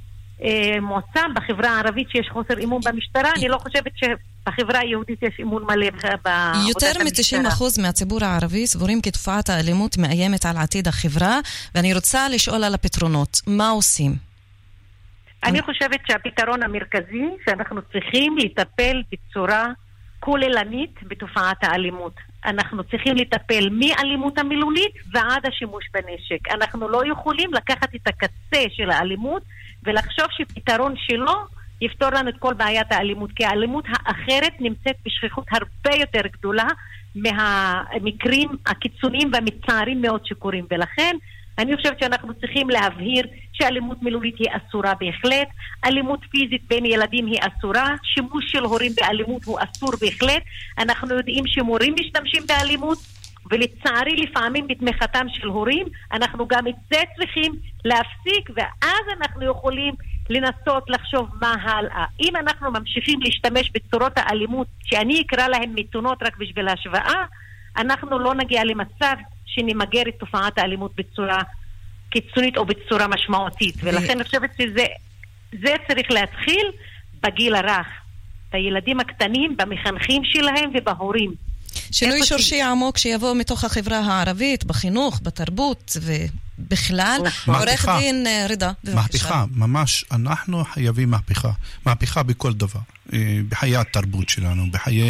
מועצם. בחברה הערבית שיש חוסר אמון במשטרה, אני לא חושבת שבחברה היהודית יש אמון מלא יותר מ-90% מהציבור הערבי סבורים כי תופעת האלימות מאיימת על עתיד החברה, ואני רוצה לשאול על הפתרונות. מה עושים? אני חושבת שהפתרון המרכזי שאנחנו צריכים לטפל בצורה כוללנית בתופעת האלימות. אנחנו צריכים לטפל מאלימות המילולית ועד השימוש בנשק. אנחנו לא יכולים לקחת את הקצה של האלימות ולחשוב שפתרון שלו יפתור לנו את כל בעיית האלימות, כי האלימות האחרת נמצאת בשכיחות הרבה יותר גדולה, מהמקרים הקיצוניים והמצערים מאוד שקורים, ולכן אני חושבת שאנחנו צריכים להבהיר שאלימות מילולית היא אסורה בהחלט, אלימות פיזית בין ילדים היא אסורה, שימוש של הורים באלימות הוא אסור בהחלט, אנחנו יודעים שמורים משתמשים באלימות, ולצערי לפעמים בתמיכתם של הורים, אנחנו גם את זה צריכים להפסיק, ואז אנחנו יכולים לנסות לחשוב מה הלאה. אם אנחנו ממשיכים להשתמש בצורות האלימות, שאני אקרא להן מתונות רק בשביל השוואה, אנחנו לא נגיע למצב שנמגר את תופעת האלימות בצורה קיצונית או בצורה משמעותית. ולכן אני חושבת שזה צריך להתחיל בגיל הרך, בילדים הקטנים, במחנכים שלהם ובהורים. שינוי שורשי עמוק שיבוא מתוך החברה הערבית, בחינוך, בתרבות ובכלל. עורך דין רדה, מהפכה, ממש, אנחנו חייבים מהפכה בכל דבר, בחיי התרבות שלנו,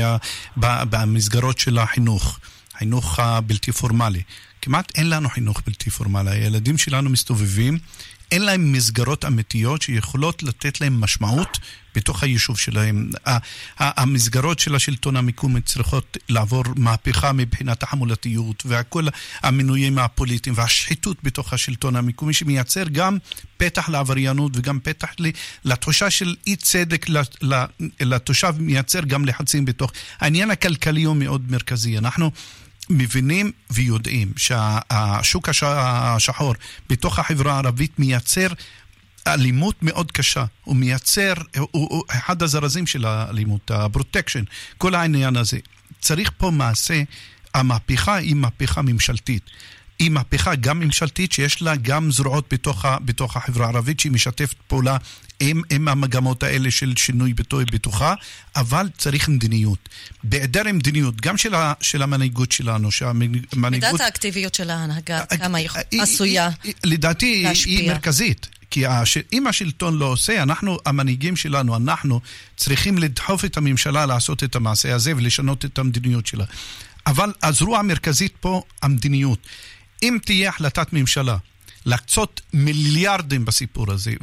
במסגרות של החינוך הבלתי פורמלי. כמעט אין לנו חינוך בלתי פורמלי, הילדים שלנו מסתובבים, אין להם מסגרות אמיתיות שיכולות לתת להם משמעות בתוך היישוב שלהם. המסגרות של השלטון המקומי צריכות לעבור מהפכה מבחינת החמולתיות, והכל המינויים הפוליטיים והשחיתות בתוך השלטון המקומי, שמייצר גם פתח לעבריינות וגם פתח לתחושה של אי צדק לתושב, מייצר גם לחצים בתוך. העניין הכלכלי הוא מאוד מרכזי. אנחנו מבינים ויודעים שהשוק השחור בתוך החברה הערבית מייצר אלימות מאוד קשה, הוא מייצר, הוא אחד הזרזים של האלימות, הפרוטקשן, כל העניין הזה. צריך פה מעשה, המהפכה היא מהפכה ממשלתית. היא מהפכה גם ממשלתית שיש לה גם זרועות בתוך החברה הערבית שהיא משתפת פעולה עם המגמות האלה של שינוי בתוכה, אבל צריך מדיניות. בהיעדר מדיניות, גם של המנהיגות שלנו, מידת האקטיביות של ההנהגה, כמה היא עשויה להשפיע. לדעתי היא מרכזית. כי אם השלטון לא עושה, המנהיגים שלנו, אנחנו צריכים לדחוף את הממשלה לעשות את המעשה הזה ולשנות את המדיניות שלה. אבל הזרוע המרכזית פה, המדיניות. אם תהיה החלטת ממשלה להקצות מיליארדים בסיפור הזה,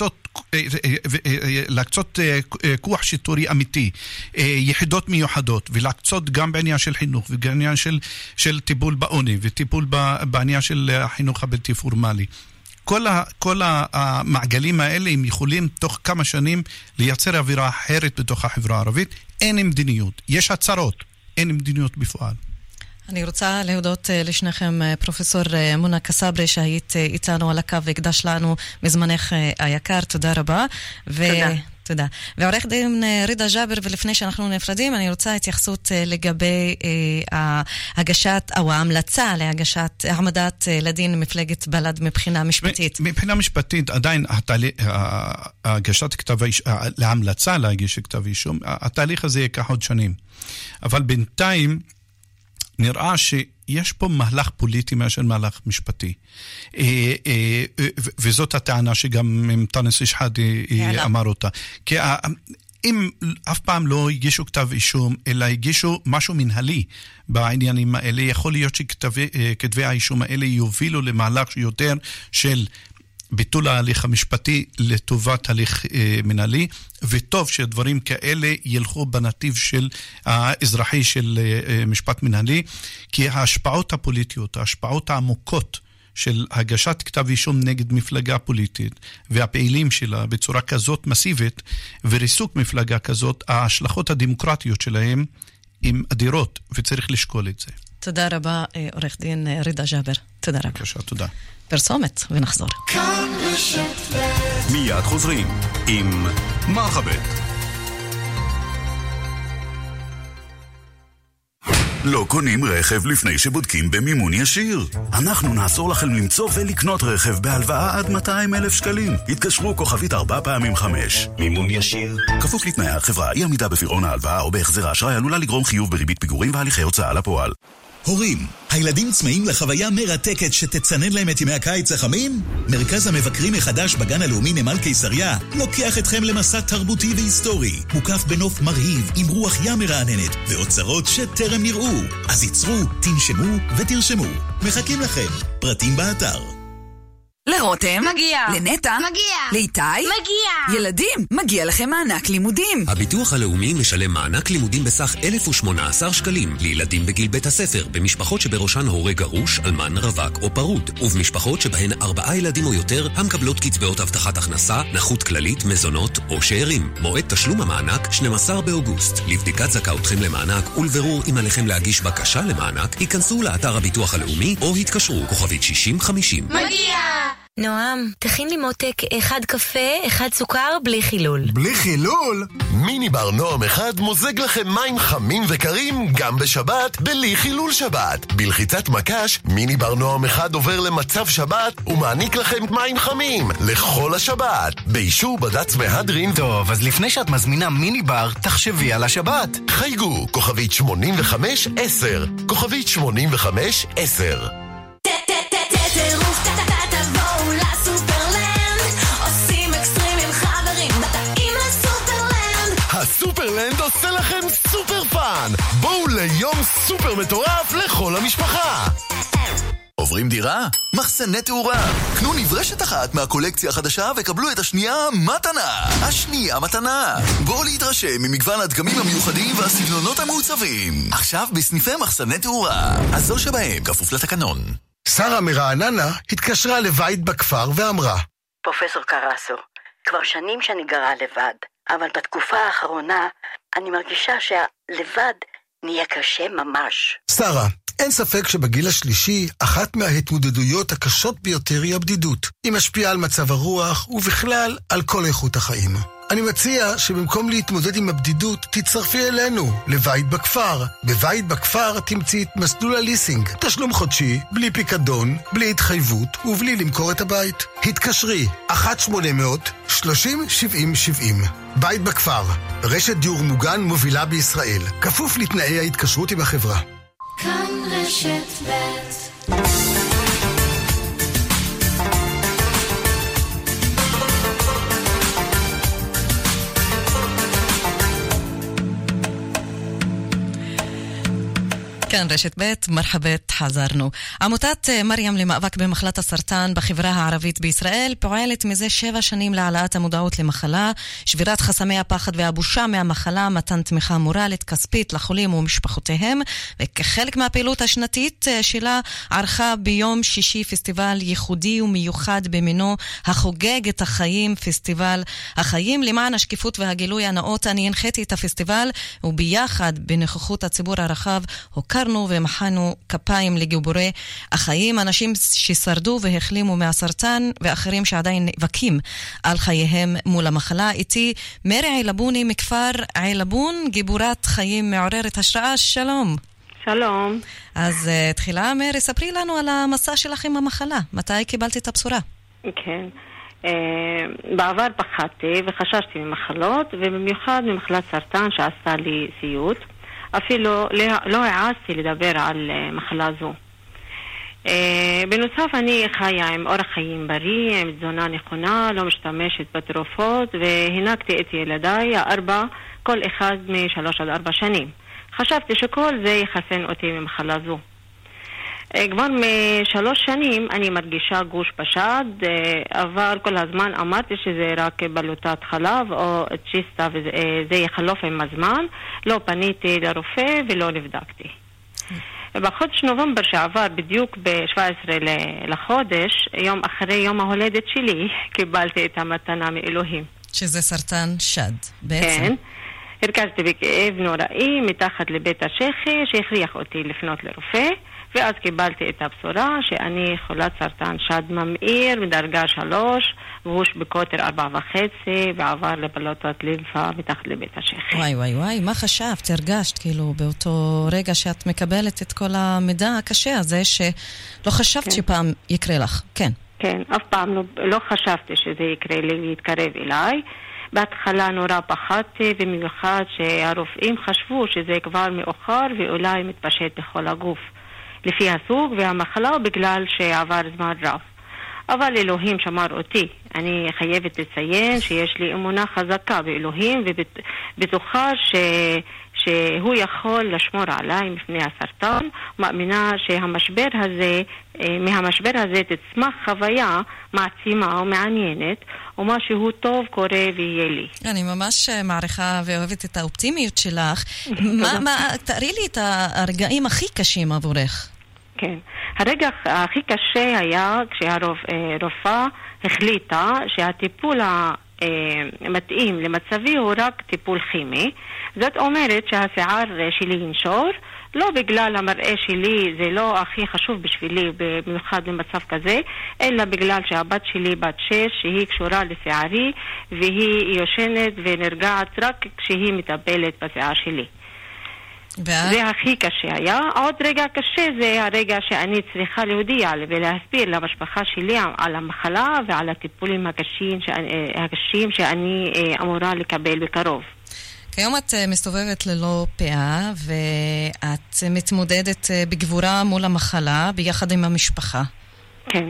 ולהקצות כוח שיטורי אמיתי, יחידות מיוחדות, ולהקצות גם בעניין של חינוך, ובעניין של טיפול בעוני, וטיפול בעניין של החינוך הבלתי פורמלי. כל המעגלים האלה הם יכולים תוך כמה שנים לייצר אווירה אחרת בתוך החברה הערבית. אין מדיניות, יש הצהרות, אין מדיניות בפועל. אני רוצה להודות לשניכם, פרופסור מונה קסאברי, שהיית איתנו על הקו והקדש לנו מזמנך היקר. תודה רבה. תודה. תודה. ועורך דין רדה ג'אבר, ולפני שאנחנו נפרדים, אני רוצה התייחסות לגבי הגשת, או ההמלצה להגשת, העמדת לדין מפלגת בל"ד מבחינה משפטית. מבחינה משפטית, עדיין הגשת כתב האישום, להמלצה להגיש כתב אישום, התהליך הזה ייקח עוד שנים. אבל בינתיים, נראה שיש פה מהלך פוליטי מאשר מהלך משפטי. וזאת הטענה שגם אנטאנס שחאדה אמר אותה. כי אם אף פעם לא הגישו כתב אישום, אלא הגישו משהו מנהלי בעניינים האלה, יכול להיות שכתבי האישום האלה יובילו למהלך יותר של ביטול ההליך המשפטי לטובת הליך מנהלי, וטוב שדברים כאלה ילכו בנתיב של האזרחי של משפט מנהלי, כי ההשפעות הפוליטיות, ההשפעות העמוקות של הגשת כתב אישום נגד מפלגה פוליטית, והפעילים שלה בצורה כזאת מסיבית, וריסוק מפלגה כזאת, ההשלכות הדמוקרטיות שלהם הן אדירות, וצריך לשקול את זה. תודה רבה, עורך דין רדה ג'אבר. תודה רבה. בבקשה, תודה. פרסומת ונחזור. מיד חוזרים עם מרחבת. לא קונים רכב לפני שבודקים במימון ישיר. אנחנו נעזור לכם למצוא ולקנות רכב בהלוואה עד 200,000 שקלים. התקשרו כוכבית 4x5. מימון ישיר. כפוף לתנאי החברה, אי עמידה בפירעון ההלוואה או בהחזר האשראי עלולה לגרום חיוב בריבית פיגורים והליכי הוצאה לפועל. הורים, הילדים צמאים לחוויה מרתקת שתצנן להם את ימי הקיץ החמים? מרכז המבקרים החדש בגן הלאומי נמל קיסריה לוקח אתכם למסע תרבותי והיסטורי, מוקף בנוף מרהיב עם רוח ים מרעננת ואוצרות שטרם נראו. אז ייצרו, תנשמו ותרשמו. מחכים לכם. פרטים באתר. לרותם, מגיע. לנטע, מגיע. לאיתי, מגיע. ילדים, מגיע לכם מענק לימודים. הביטוח הלאומי משלם מענק לימודים בסך 1,018 שקלים לילדים בגיל בית הספר, במשפחות שבראשן הורה גרוש, אלמן, רווק או פרוד, ובמשפחות שבהן 4 ילדים או יותר המקבלות קצבאות הבטחת הכנסה, נכות כללית, מזונות או שאירים. מועד תשלום המענק 12 באוגוסט. לבדיקת זכאותכם למענק ולברור אם עליכם להגיש בקשה למענק, היכנסו לאתר הביטוח הלאומי או התקשרו כוכבית 6050. מגיע! נועם, תכין לי מותק 1 קפה, 1 סוכר, בלי חילול. בלי חילול? מיני בר נועם אחד מוזג לכם מים חמים וקרים גם בשבת, בלי חילול שבת. בלחיצת מקש, מיני בר נועם אחד עובר למצב שבת ומעניק לכם מים חמים לכל השבת. באישור בד"ץ מהדרין. טוב, אז לפני שאת מזמינה מיני בר, תחשבי על השבת. חייגו, כוכבית 8510. כוכבית 8510. הסופרלנד עושה לכם סופר פאן. בואו ליום סופר מטורף לכל המשפחה. עוברים דירה? מחסני תאורה. קנו נברשת אחת מהקולקציה החדשה וקבלו את השנייה מתנה. השנייה מתנה. בואו להתרשם ממגוון הדגמים המיוחדים והסגנונות המעוצבים. עכשיו בסניפי מחסני תאורה. הזול שבהם כפוף לתקנון. שרה מרעננה התקשרה לבית בכפר ואמרה: פרופסור קרסו, כבר שנים שאני גרה לבד, אבל בתקופה האחרונה אני מרגישה שהלבד נהיה קשה ממש. שרה, אין ספק שבגיל השלישי, אחת מההתמודדויות הקשות ביותר היא הבדידות. היא משפיעה על מצב הרוח ובכלל על כל איכות החיים. אני מציע שבמקום להתמודד עם הבדידות, תצטרפי אלינו, לבית בכפר. בבית בכפר תמצאי את מסלול הליסינג. תשלום חודשי, בלי פיקדון, בלי התחייבות ובלי למכור את הבית. התקשרי, 1-800-30-70-70. בית בכפר, רשת דיור מוגן מובילה בישראל. כפוף לתנאי ההתקשרות עם החברה. כאן רשת ב'. כאן רשת ב', מרחבת, חזרנו. עמותת מרים למאבק במחלת הסרטן בחברה הערבית בישראל פועלת מזה 7 שנים להעלאת המודעות למחלה, שבירת חסמי הפחד והבושה מהמחלה, מתן תמיכה מורלית כספית לחולים ומשפחותיהם, וכחלק מהפעילות השנתית שלה ערכה ביום שישי פסטיבל ייחודי ומיוחד במינו החוגג את החיים, פסטיבל החיים. למען השקיפות והגילוי הנאות אני הנחיתי את הפסטיבל, וביחד בנוכחות הציבור הרחב הוקרנו ומחאנו כפיים לגיבורי החיים, אנשים ששרדו והחלימו מהסרטן ואחרים שעדיין נאבקים על חייהם מול המחלה. איתי מרי עילבוני מכפר עילבון, גיבורת חיים מעוררת השראה. שלום. שלום. אז תחילה מרי, ספרי לנו על המסע שלכם במחלה. מתי קיבלתי את הבשורה? כן. בעבר פחדתי וחששתי ממחלות, ובמיוחד ממחלת סרטן שעשתה לי סיוט. אפילו לא העזתי לדבר על מחלה זו. בנוסף אני חיה עם אורח חיים בריא, עם תזונה נכונה, לא משתמשת בתרופות, והנקתי את ילדיי 4, כל אחד מ3-4 שנים. חשבתי שכל זה יחסן אותי ממחלה זו. כבר מ3 שנים אני מרגישה גוש בשד, אבל כל הזמן אמרתי שזה רק בלוטת חלב או צ'יסטה וזה יחלוף עם הזמן. לא פניתי לרופא ולא נבדקתי. בחודש נובמבר שעבר, בדיוק ב-17 לחודש, יום אחרי יום ההולדת שלי, קיבלתי את המתנה מאלוהים. שזה סרטן שד בעצם. כן. הרגשתי בכאב נוראי מתחת לבית השחי שהכריח אותי לפנות לרופא, ואז קיבלתי את הבשורה שאני חולת סרטן שד ממאיר מדרגה 3, גוש בקוטר 4.5 ועבר לבלוטת לימפה מתחת לבית השחי. וואי וואי וואי, מה חשבת? הרגשת כאילו באותו רגע שאת מקבלת את כל המידע הקשה הזה שלא חשבת שפעם יקרה לך? כן. כן, אף פעם לא חשבתי שזה יקרה לי להתקרב אליי. בהתחלה נורא פחדתי, במיוחד שהרופאים חשבו שזה כבר מאוחר ואולי מתפשט בכל הגוף, לפי הסוג והמחלה, בגלל שעבר זמן רב. אבל אלוהים שמר אותי. אני חייבת לציין שיש לי אמונה חזקה באלוהים, ובטוחה שהוא יכול לשמור עליי מפני הסרטן. מאמינה שהמשבר הזה, מהמשבר הזה תצמח חוויה מעצימה ומעניינת, ומשהו טוב קורה ויהיה לי. אני ממש מעריכה ואוהבת את האופטימיות שלך. תראי לי את הרגעים הכי קשים עבורך. כן. הרגע הכי קשה היה כשהרופאה החליטה שהטיפול המתאים למצבי הוא רק טיפול כימי. זאת אומרת שהשיער שלי ינשור, לא בגלל המראה שלי, זה לא הכי חשוב בשבילי במיוחד במצב כזה, אלא בגלל שהבת שלי בת 6 שהיא קשורה לשיערי והיא יושנת ונרגעת רק כשהיא מטפלת בשיער שלי. זה הכי קשה היה. עוד רגע קשה זה הרגע שאני צריכה להודיע ולהסביר למשפחה שלי על המחלה ועל הטיפולים הקשים שאני אמורה לקבל בקרוב. כיום את מסתובבת ללא פאה ואת מתמודדת בגבורה מול המחלה ביחד עם המשפחה. כן.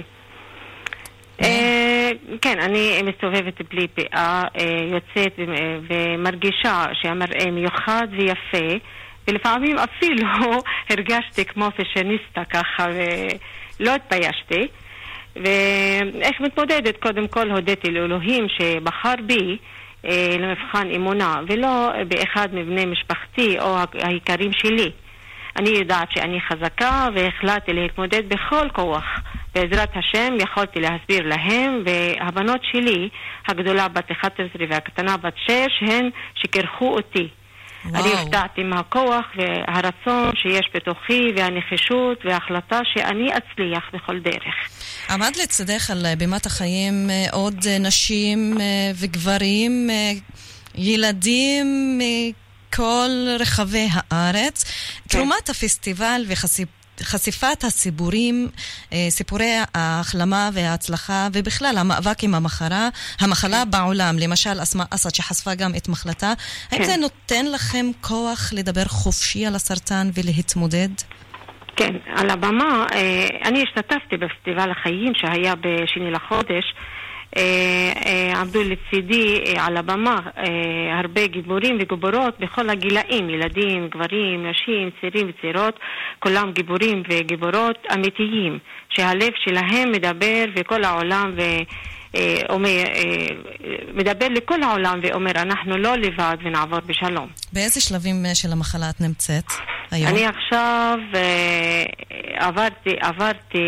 כן, אני מסתובבת בלי פאה, יוצאת ומרגישה שהמראה מיוחד ויפה, ולפעמים אפילו הרגשתי כמו פשניסטה ככה ולא התביישתי. ואיך מתמודדת? קודם כל הודיתי לאלוהים שבחר בי למבחן אמונה ולא באחד מבני משפחתי או העיקרים שלי. אני יודעת שאני חזקה והחלטתי להתמודד בכל כוח. בעזרת השם יכולתי להסביר להם, והבנות שלי, הגדולה בת 11 והקטנה בת 6, הן שכרכו אותי. אני הפתעתי מהכוח והרצון שיש בתוכי והנחישות וההחלטה שאני אצליח בכל דרך. עמד לצדך על בימת החיים עוד נשים וגברים, ילדים מכל רחבי הארץ. תרומת הפסטיבל וחשיפת הסיפורים, סיפורי ההחלמה וההצלחה ובכלל המאבק עם המחלה בעולם, למשל אסמה אסד שחשפה גם את מחלתה, האם זה נותן לכם כוח לדבר חופשי על הסרטן ולהתמודד? כן, על הבמה, אני השתתפתי בפסטיבל החיים שהיה בשני לחודש. עמדו לצידי על הבמה הרבה גיבורים וגיבורות בכל הגילאים, ילדים, גברים, נשים, צעירים וצעירות, כולם גיבורים וגיבורות אמיתיים שהלב שלהם מדבר וכל העולם מדבר לכל העולם ואומר אנחנו לא לבד ונעבור בשלום. באיזה שלבים של המחלה את נמצאת היום? אני עכשיו עברתי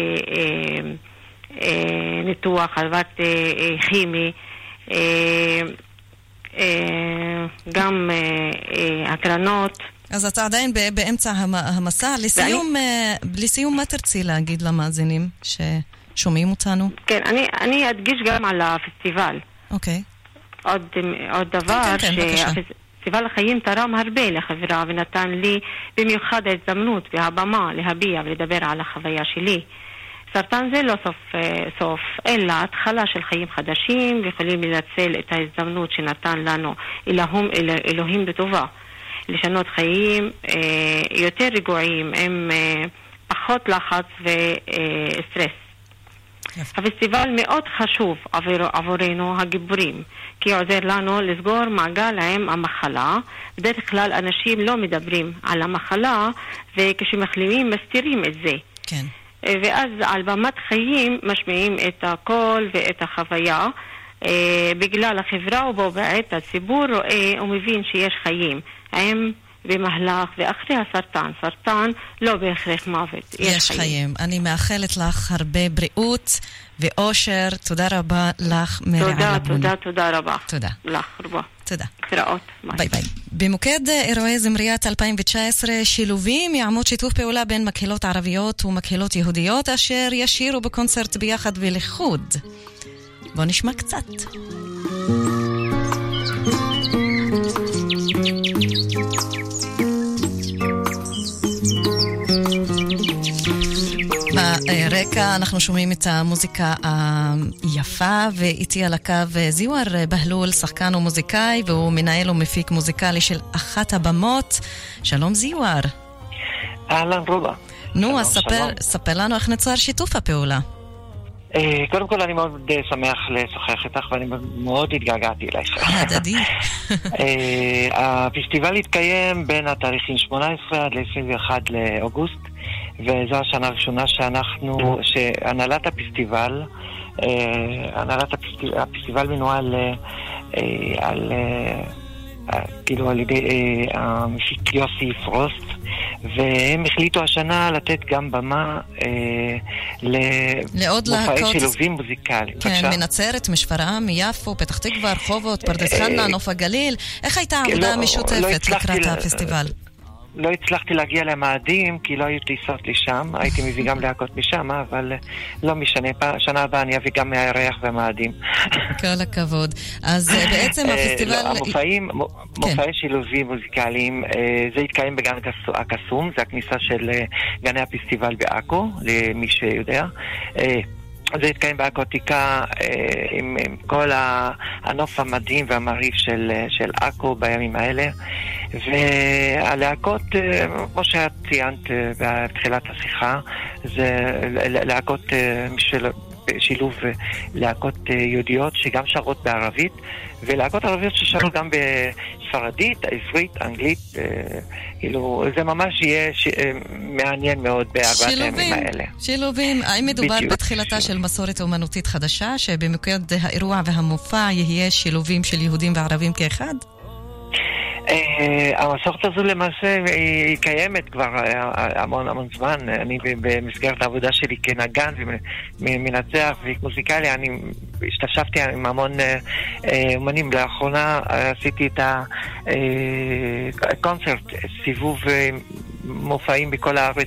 ניתוח, עברתי כימי, גם הקרנות. אז אתה עדיין באמצע המסע. לסיום, מה תרצי להגיד למאזינים ששומעים אותנו? כן, אני אדגיש גם על הפסטיבל. אוקיי. עוד דבר, פסטיבל החיים תרם הרבה לחברה ונתן לי במיוחד ההזדמנות והבמה להביע ולדבר על החוויה שלי. סרטן זה לא סוף, אלא התחלה של חיים חדשים, ויכולים לנצל את ההזדמנות שנתן לנו אלוהים בטובה, לשנות חיים יותר רגועים, עם פחות לחץ וסטרס. הפסטיבל מאוד חשוב עבורנו הגיבורים, כי עוזר לנו לסגור מעגל עם המחלה. בדרך כלל אנשים לא מדברים על המחלה, וכשמחלימים מסתירים את זה. כן. ואז על במת חיים משמיעים את הקול ואת החוויה, בגלל החברה ובו בעת הציבור רואה ומבין שיש חיים עם במהלך ואחרי הסרטן. סרטן לא בהכרח מוות, יש חיים. אני מאחלת לך הרבה בריאות ואושר. תודה רבה לך. תודה רבה. תודה לך רבה. תודה. קראות. ביי ביי. במוקד אירועי זמריית 2019 שילובים יעמוד שיתוף פעולה בין מקהלות ערביות ומקהלות יהודיות אשר ישירו בקונצרט ביחד ולחוד. בוא נשמע קצת. ברקע אנחנו שומעים את המוזיקה היפה, ואיתי על הקו זיוואר בהלול, שחקן ומוזיקאי, והוא מנהל ומפיק מוזיקלי של אחת הבמות. שלום זיוואר. אהלן רובה. נו, אז ספר לנו איך נוצר שיתוף הפעולה. קודם כל אני מאוד שמח לשוחח איתך ואני מאוד התגעגעתי אלייך. הדדי. הפסטיבל התקיים בין התאריכים 18 עד ל-21 לאוגוסט, וזו השנה הראשונה שהנהלת הפסטיבל, הפסטיבל מנוהל כאילו על ידי המפיק יוסי פרוסט, והם החליטו השנה לתת גם במה למופעי שילובים מוזיקליים. כן, מנצרת, משפרעם, מיפו, פתח תקווה, רחובות, פרדס חנה, נוף הגליל. איך הייתה העבודה המשותפת לקראת הפסטיבל? לא הצלחתי להגיע למאדים, כי לא היו טיסות לשם. הייתי מביא גם להקות משם, אבל לא משנה. שנה הבאה אני אביא גם מהירח ומאדים. כל הכבוד. אז בעצם הפסטיבל... מופעי שילובים מוזיקליים, זה התקיים בגן הקסום, זה הכניסה של גני הפסטיבל בעכו, למי שיודע. זה התקיים בעכותיקה עם כל הנוף המדהים והמרהיב של עכו בימים האלה. והלהקות, כמו שאת ציינת בתחילת השיחה, זה להקות שילוב להקות יהודיות שגם שרות בערבית, ולהקות ערביות ששרו גם בספרדית, עברית, אנגלית. כאילו, זה ממש יהיה מעניין מאוד בארבעת הימים האלה. שילובים. האם מדובר בתחילתה של מסורת אומנותית חדשה, שבמוקד האירוע והמופע יהיה שילובים של יהודים וערבים כאחד? המסורת הזו למעשה היא קיימת כבר המון זמן. אני במסגרת העבודה שלי כנגן ומנצח ומוזיקלי, אני השתתפתי עם המון אומנים. לאחרונה עשיתי את הקונצרט, סיבוב מופעים בכל הארץ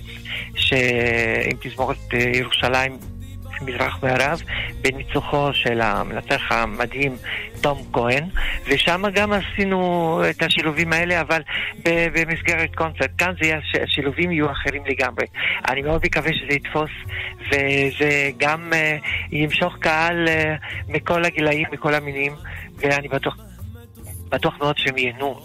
עם תזמורת ירושלים מזרח מערב, בניצוחו של המנצח המדהים תום כהן, ושם גם עשינו את השילובים האלה, אבל במסגרת קונצרט. כאן השילובים יהיו אחרים לגמרי. אני מאוד מקווה שזה יתפוס, וזה גם ימשוך קהל מכל הגילאים, מכל המינים, ואני בטוח מאוד שהם ייהנו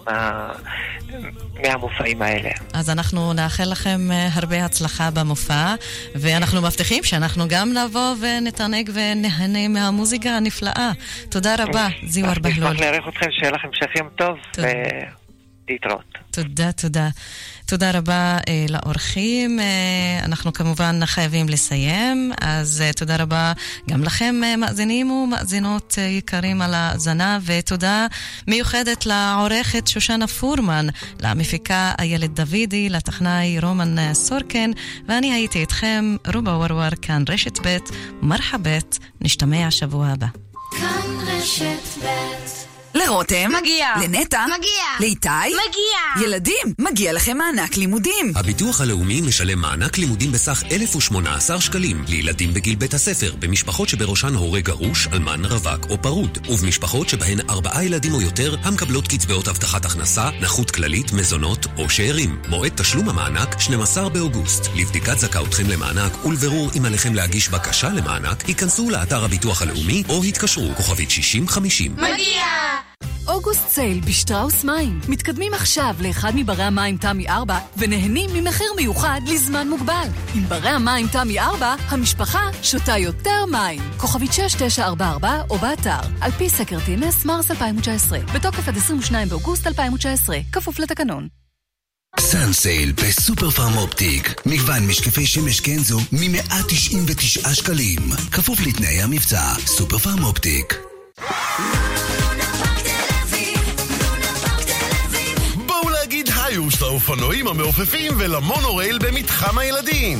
מהמופעים האלה. אז אנחנו נאחל לכם הרבה הצלחה במופע, ואנחנו מבטיחים שאנחנו גם נבוא ונתענג ונהנה מהמוזיקה הנפלאה. תודה רבה, זיוור בהלול. נשמח לארח אתכם, שיהיה לכם המשך יום טוב, ולהתראות. תודה. תודה רבה לאורחים. אנחנו כמובן חייבים לסיים, אז תודה רבה גם לכם מאזינים ומאזינות יקרים על ההאזנה, ותודה מיוחדת לעורכת שושנה פורמן, למפיקה איילת דוידי, לטכנאי רומן סורקן, ואני הייתי איתכם רובה ורור, כאן רשת ב'. מרחבת, נשתמע שבוע הבא. כאן רשת ב'. לרותם מגיע, לנטה מגיע, לאיתי מגיע. ילדים, מגיע לכם מענק לימודים. הביטוח הלאומי משלם מענק לימודים בסך 1,018 שקלים לילדים בגיל בית הספר, במשפחות שבראשן הורה גרוש, אלמן, רווק או פרוד, ובמשפחות שבהן 4 ילדים או יותר המקבלות קצבאות הבטחת הכנסה, נכות כללית, מזונות או שאירים. מועד תשלום המענק 12 באוגוסט. לבדיקת זכאותכם למענק ולברור אם עליכם להגיש בקשה למענק, היכנסו לאתר הביטוח הלאומי או התקשרו כוכבית 6050. מגיע! אוגוסט סייל בשטראוס מים. מתקדמים עכשיו לאחד מברי המים תמי 4 ונהנים ממחיר מיוחד לזמן מוגבל. עם ברי המים תמי 4, המשפחה שותה יותר מים. כוכבית 6944 או באתר. על פי סקר TNS מרס 2019. בתוקף עד 22 באוגוסט 2019. כפוף לתקנון. סאנסייל בסופר פארם אופטיק. מגוון משקפי שמש קנזו מ-199 שקלים. כפוף לתנאי המבצע. סופר פארם אופטיק. היוש לאופנועים המעופפים ולמונורייל במתחם הילדים.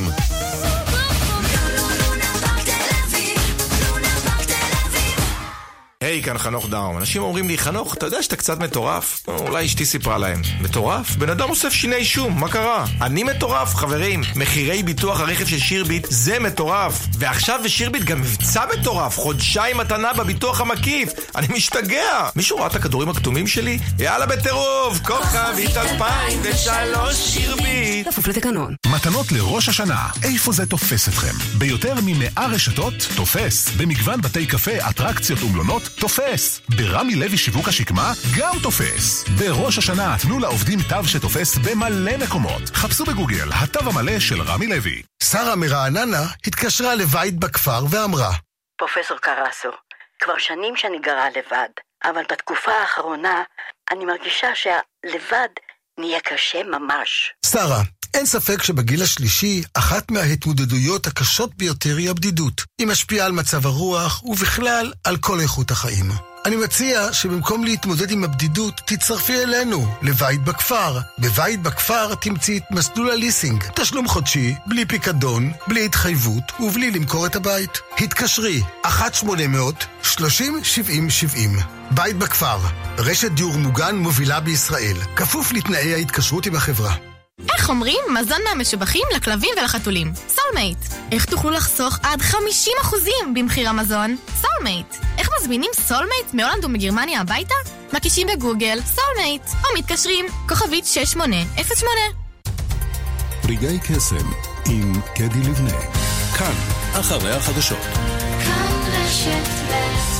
היי, כאן חנוך דאום. אנשים אומרים לי, חנוך, אתה יודע שאתה קצת מטורף? אולי אשתי סיפרה להם. מטורף? בן אדם אוסף שיני שום, מה קרה? אני מטורף, חברים. מחירי ביטוח הרכב של שירביט זה מטורף. ועכשיו בשירביט גם מבצע מטורף, חודשיים מתנה בביטוח המקיף. אני משתגע. מישהו ראה את הכדורים הכתומים שלי? יאללה בטירוף, כוכבית 2003 שירביט. כפוף לתקנון. מתנות לראש השנה. איפה זה תופס אתכם? ביותר מ100 רשתות תופס. במגוון בתי קפה, אטרקציות ומלונות תופס. ברמי לוי שיווק השקמה גם תופס. בראש השנה תנו לעובדים תו שתופס במלא מקומות. חפשו בגוגל התו המלא של רמי לוי. שרה מרעננה התקשרה לבית בכפר ואמרה, פרופסור קרסו, כבר שנים שאני גרה לבד, אבל בתקופה האחרונה אני מרגישה שהלבד נהיה קשה ממש. שרה, אין ספק שבגיל השלישי, אחת מההתמודדויות הקשות ביותר היא הבדידות. היא משפיעה על מצב הרוח ובכלל על כל איכות החיים. אני מציע שבמקום להתמודד עם הבדידות, תצטרפי אלינו לבית בכפר. בבית בכפר תמצאי את מסלול הליסינג. תשלום חודשי, בלי פיקדון, בלי התחייבות ובלי למכור את הבית. התקשרי, 1-800-30-70-70. בית בכפר, רשת דיור מוגן מובילה בישראל. כפוף לתנאי ההתקשרות עם החברה. איך אומרים מזון מהמשובחים לכלבים ולחתולים? סולמייט. איך תוכלו לחסוך עד 50% במחיר המזון? סולמייט. איך מזמינים סולמייט מהולנד ומגרמניה הביתה? מקישים בגוגל סולמייט, או מתקשרים כוכבית 6808. רגעי קסם עם קדי לבנה. כאן, אחרי החדשות. כאן רשת ב'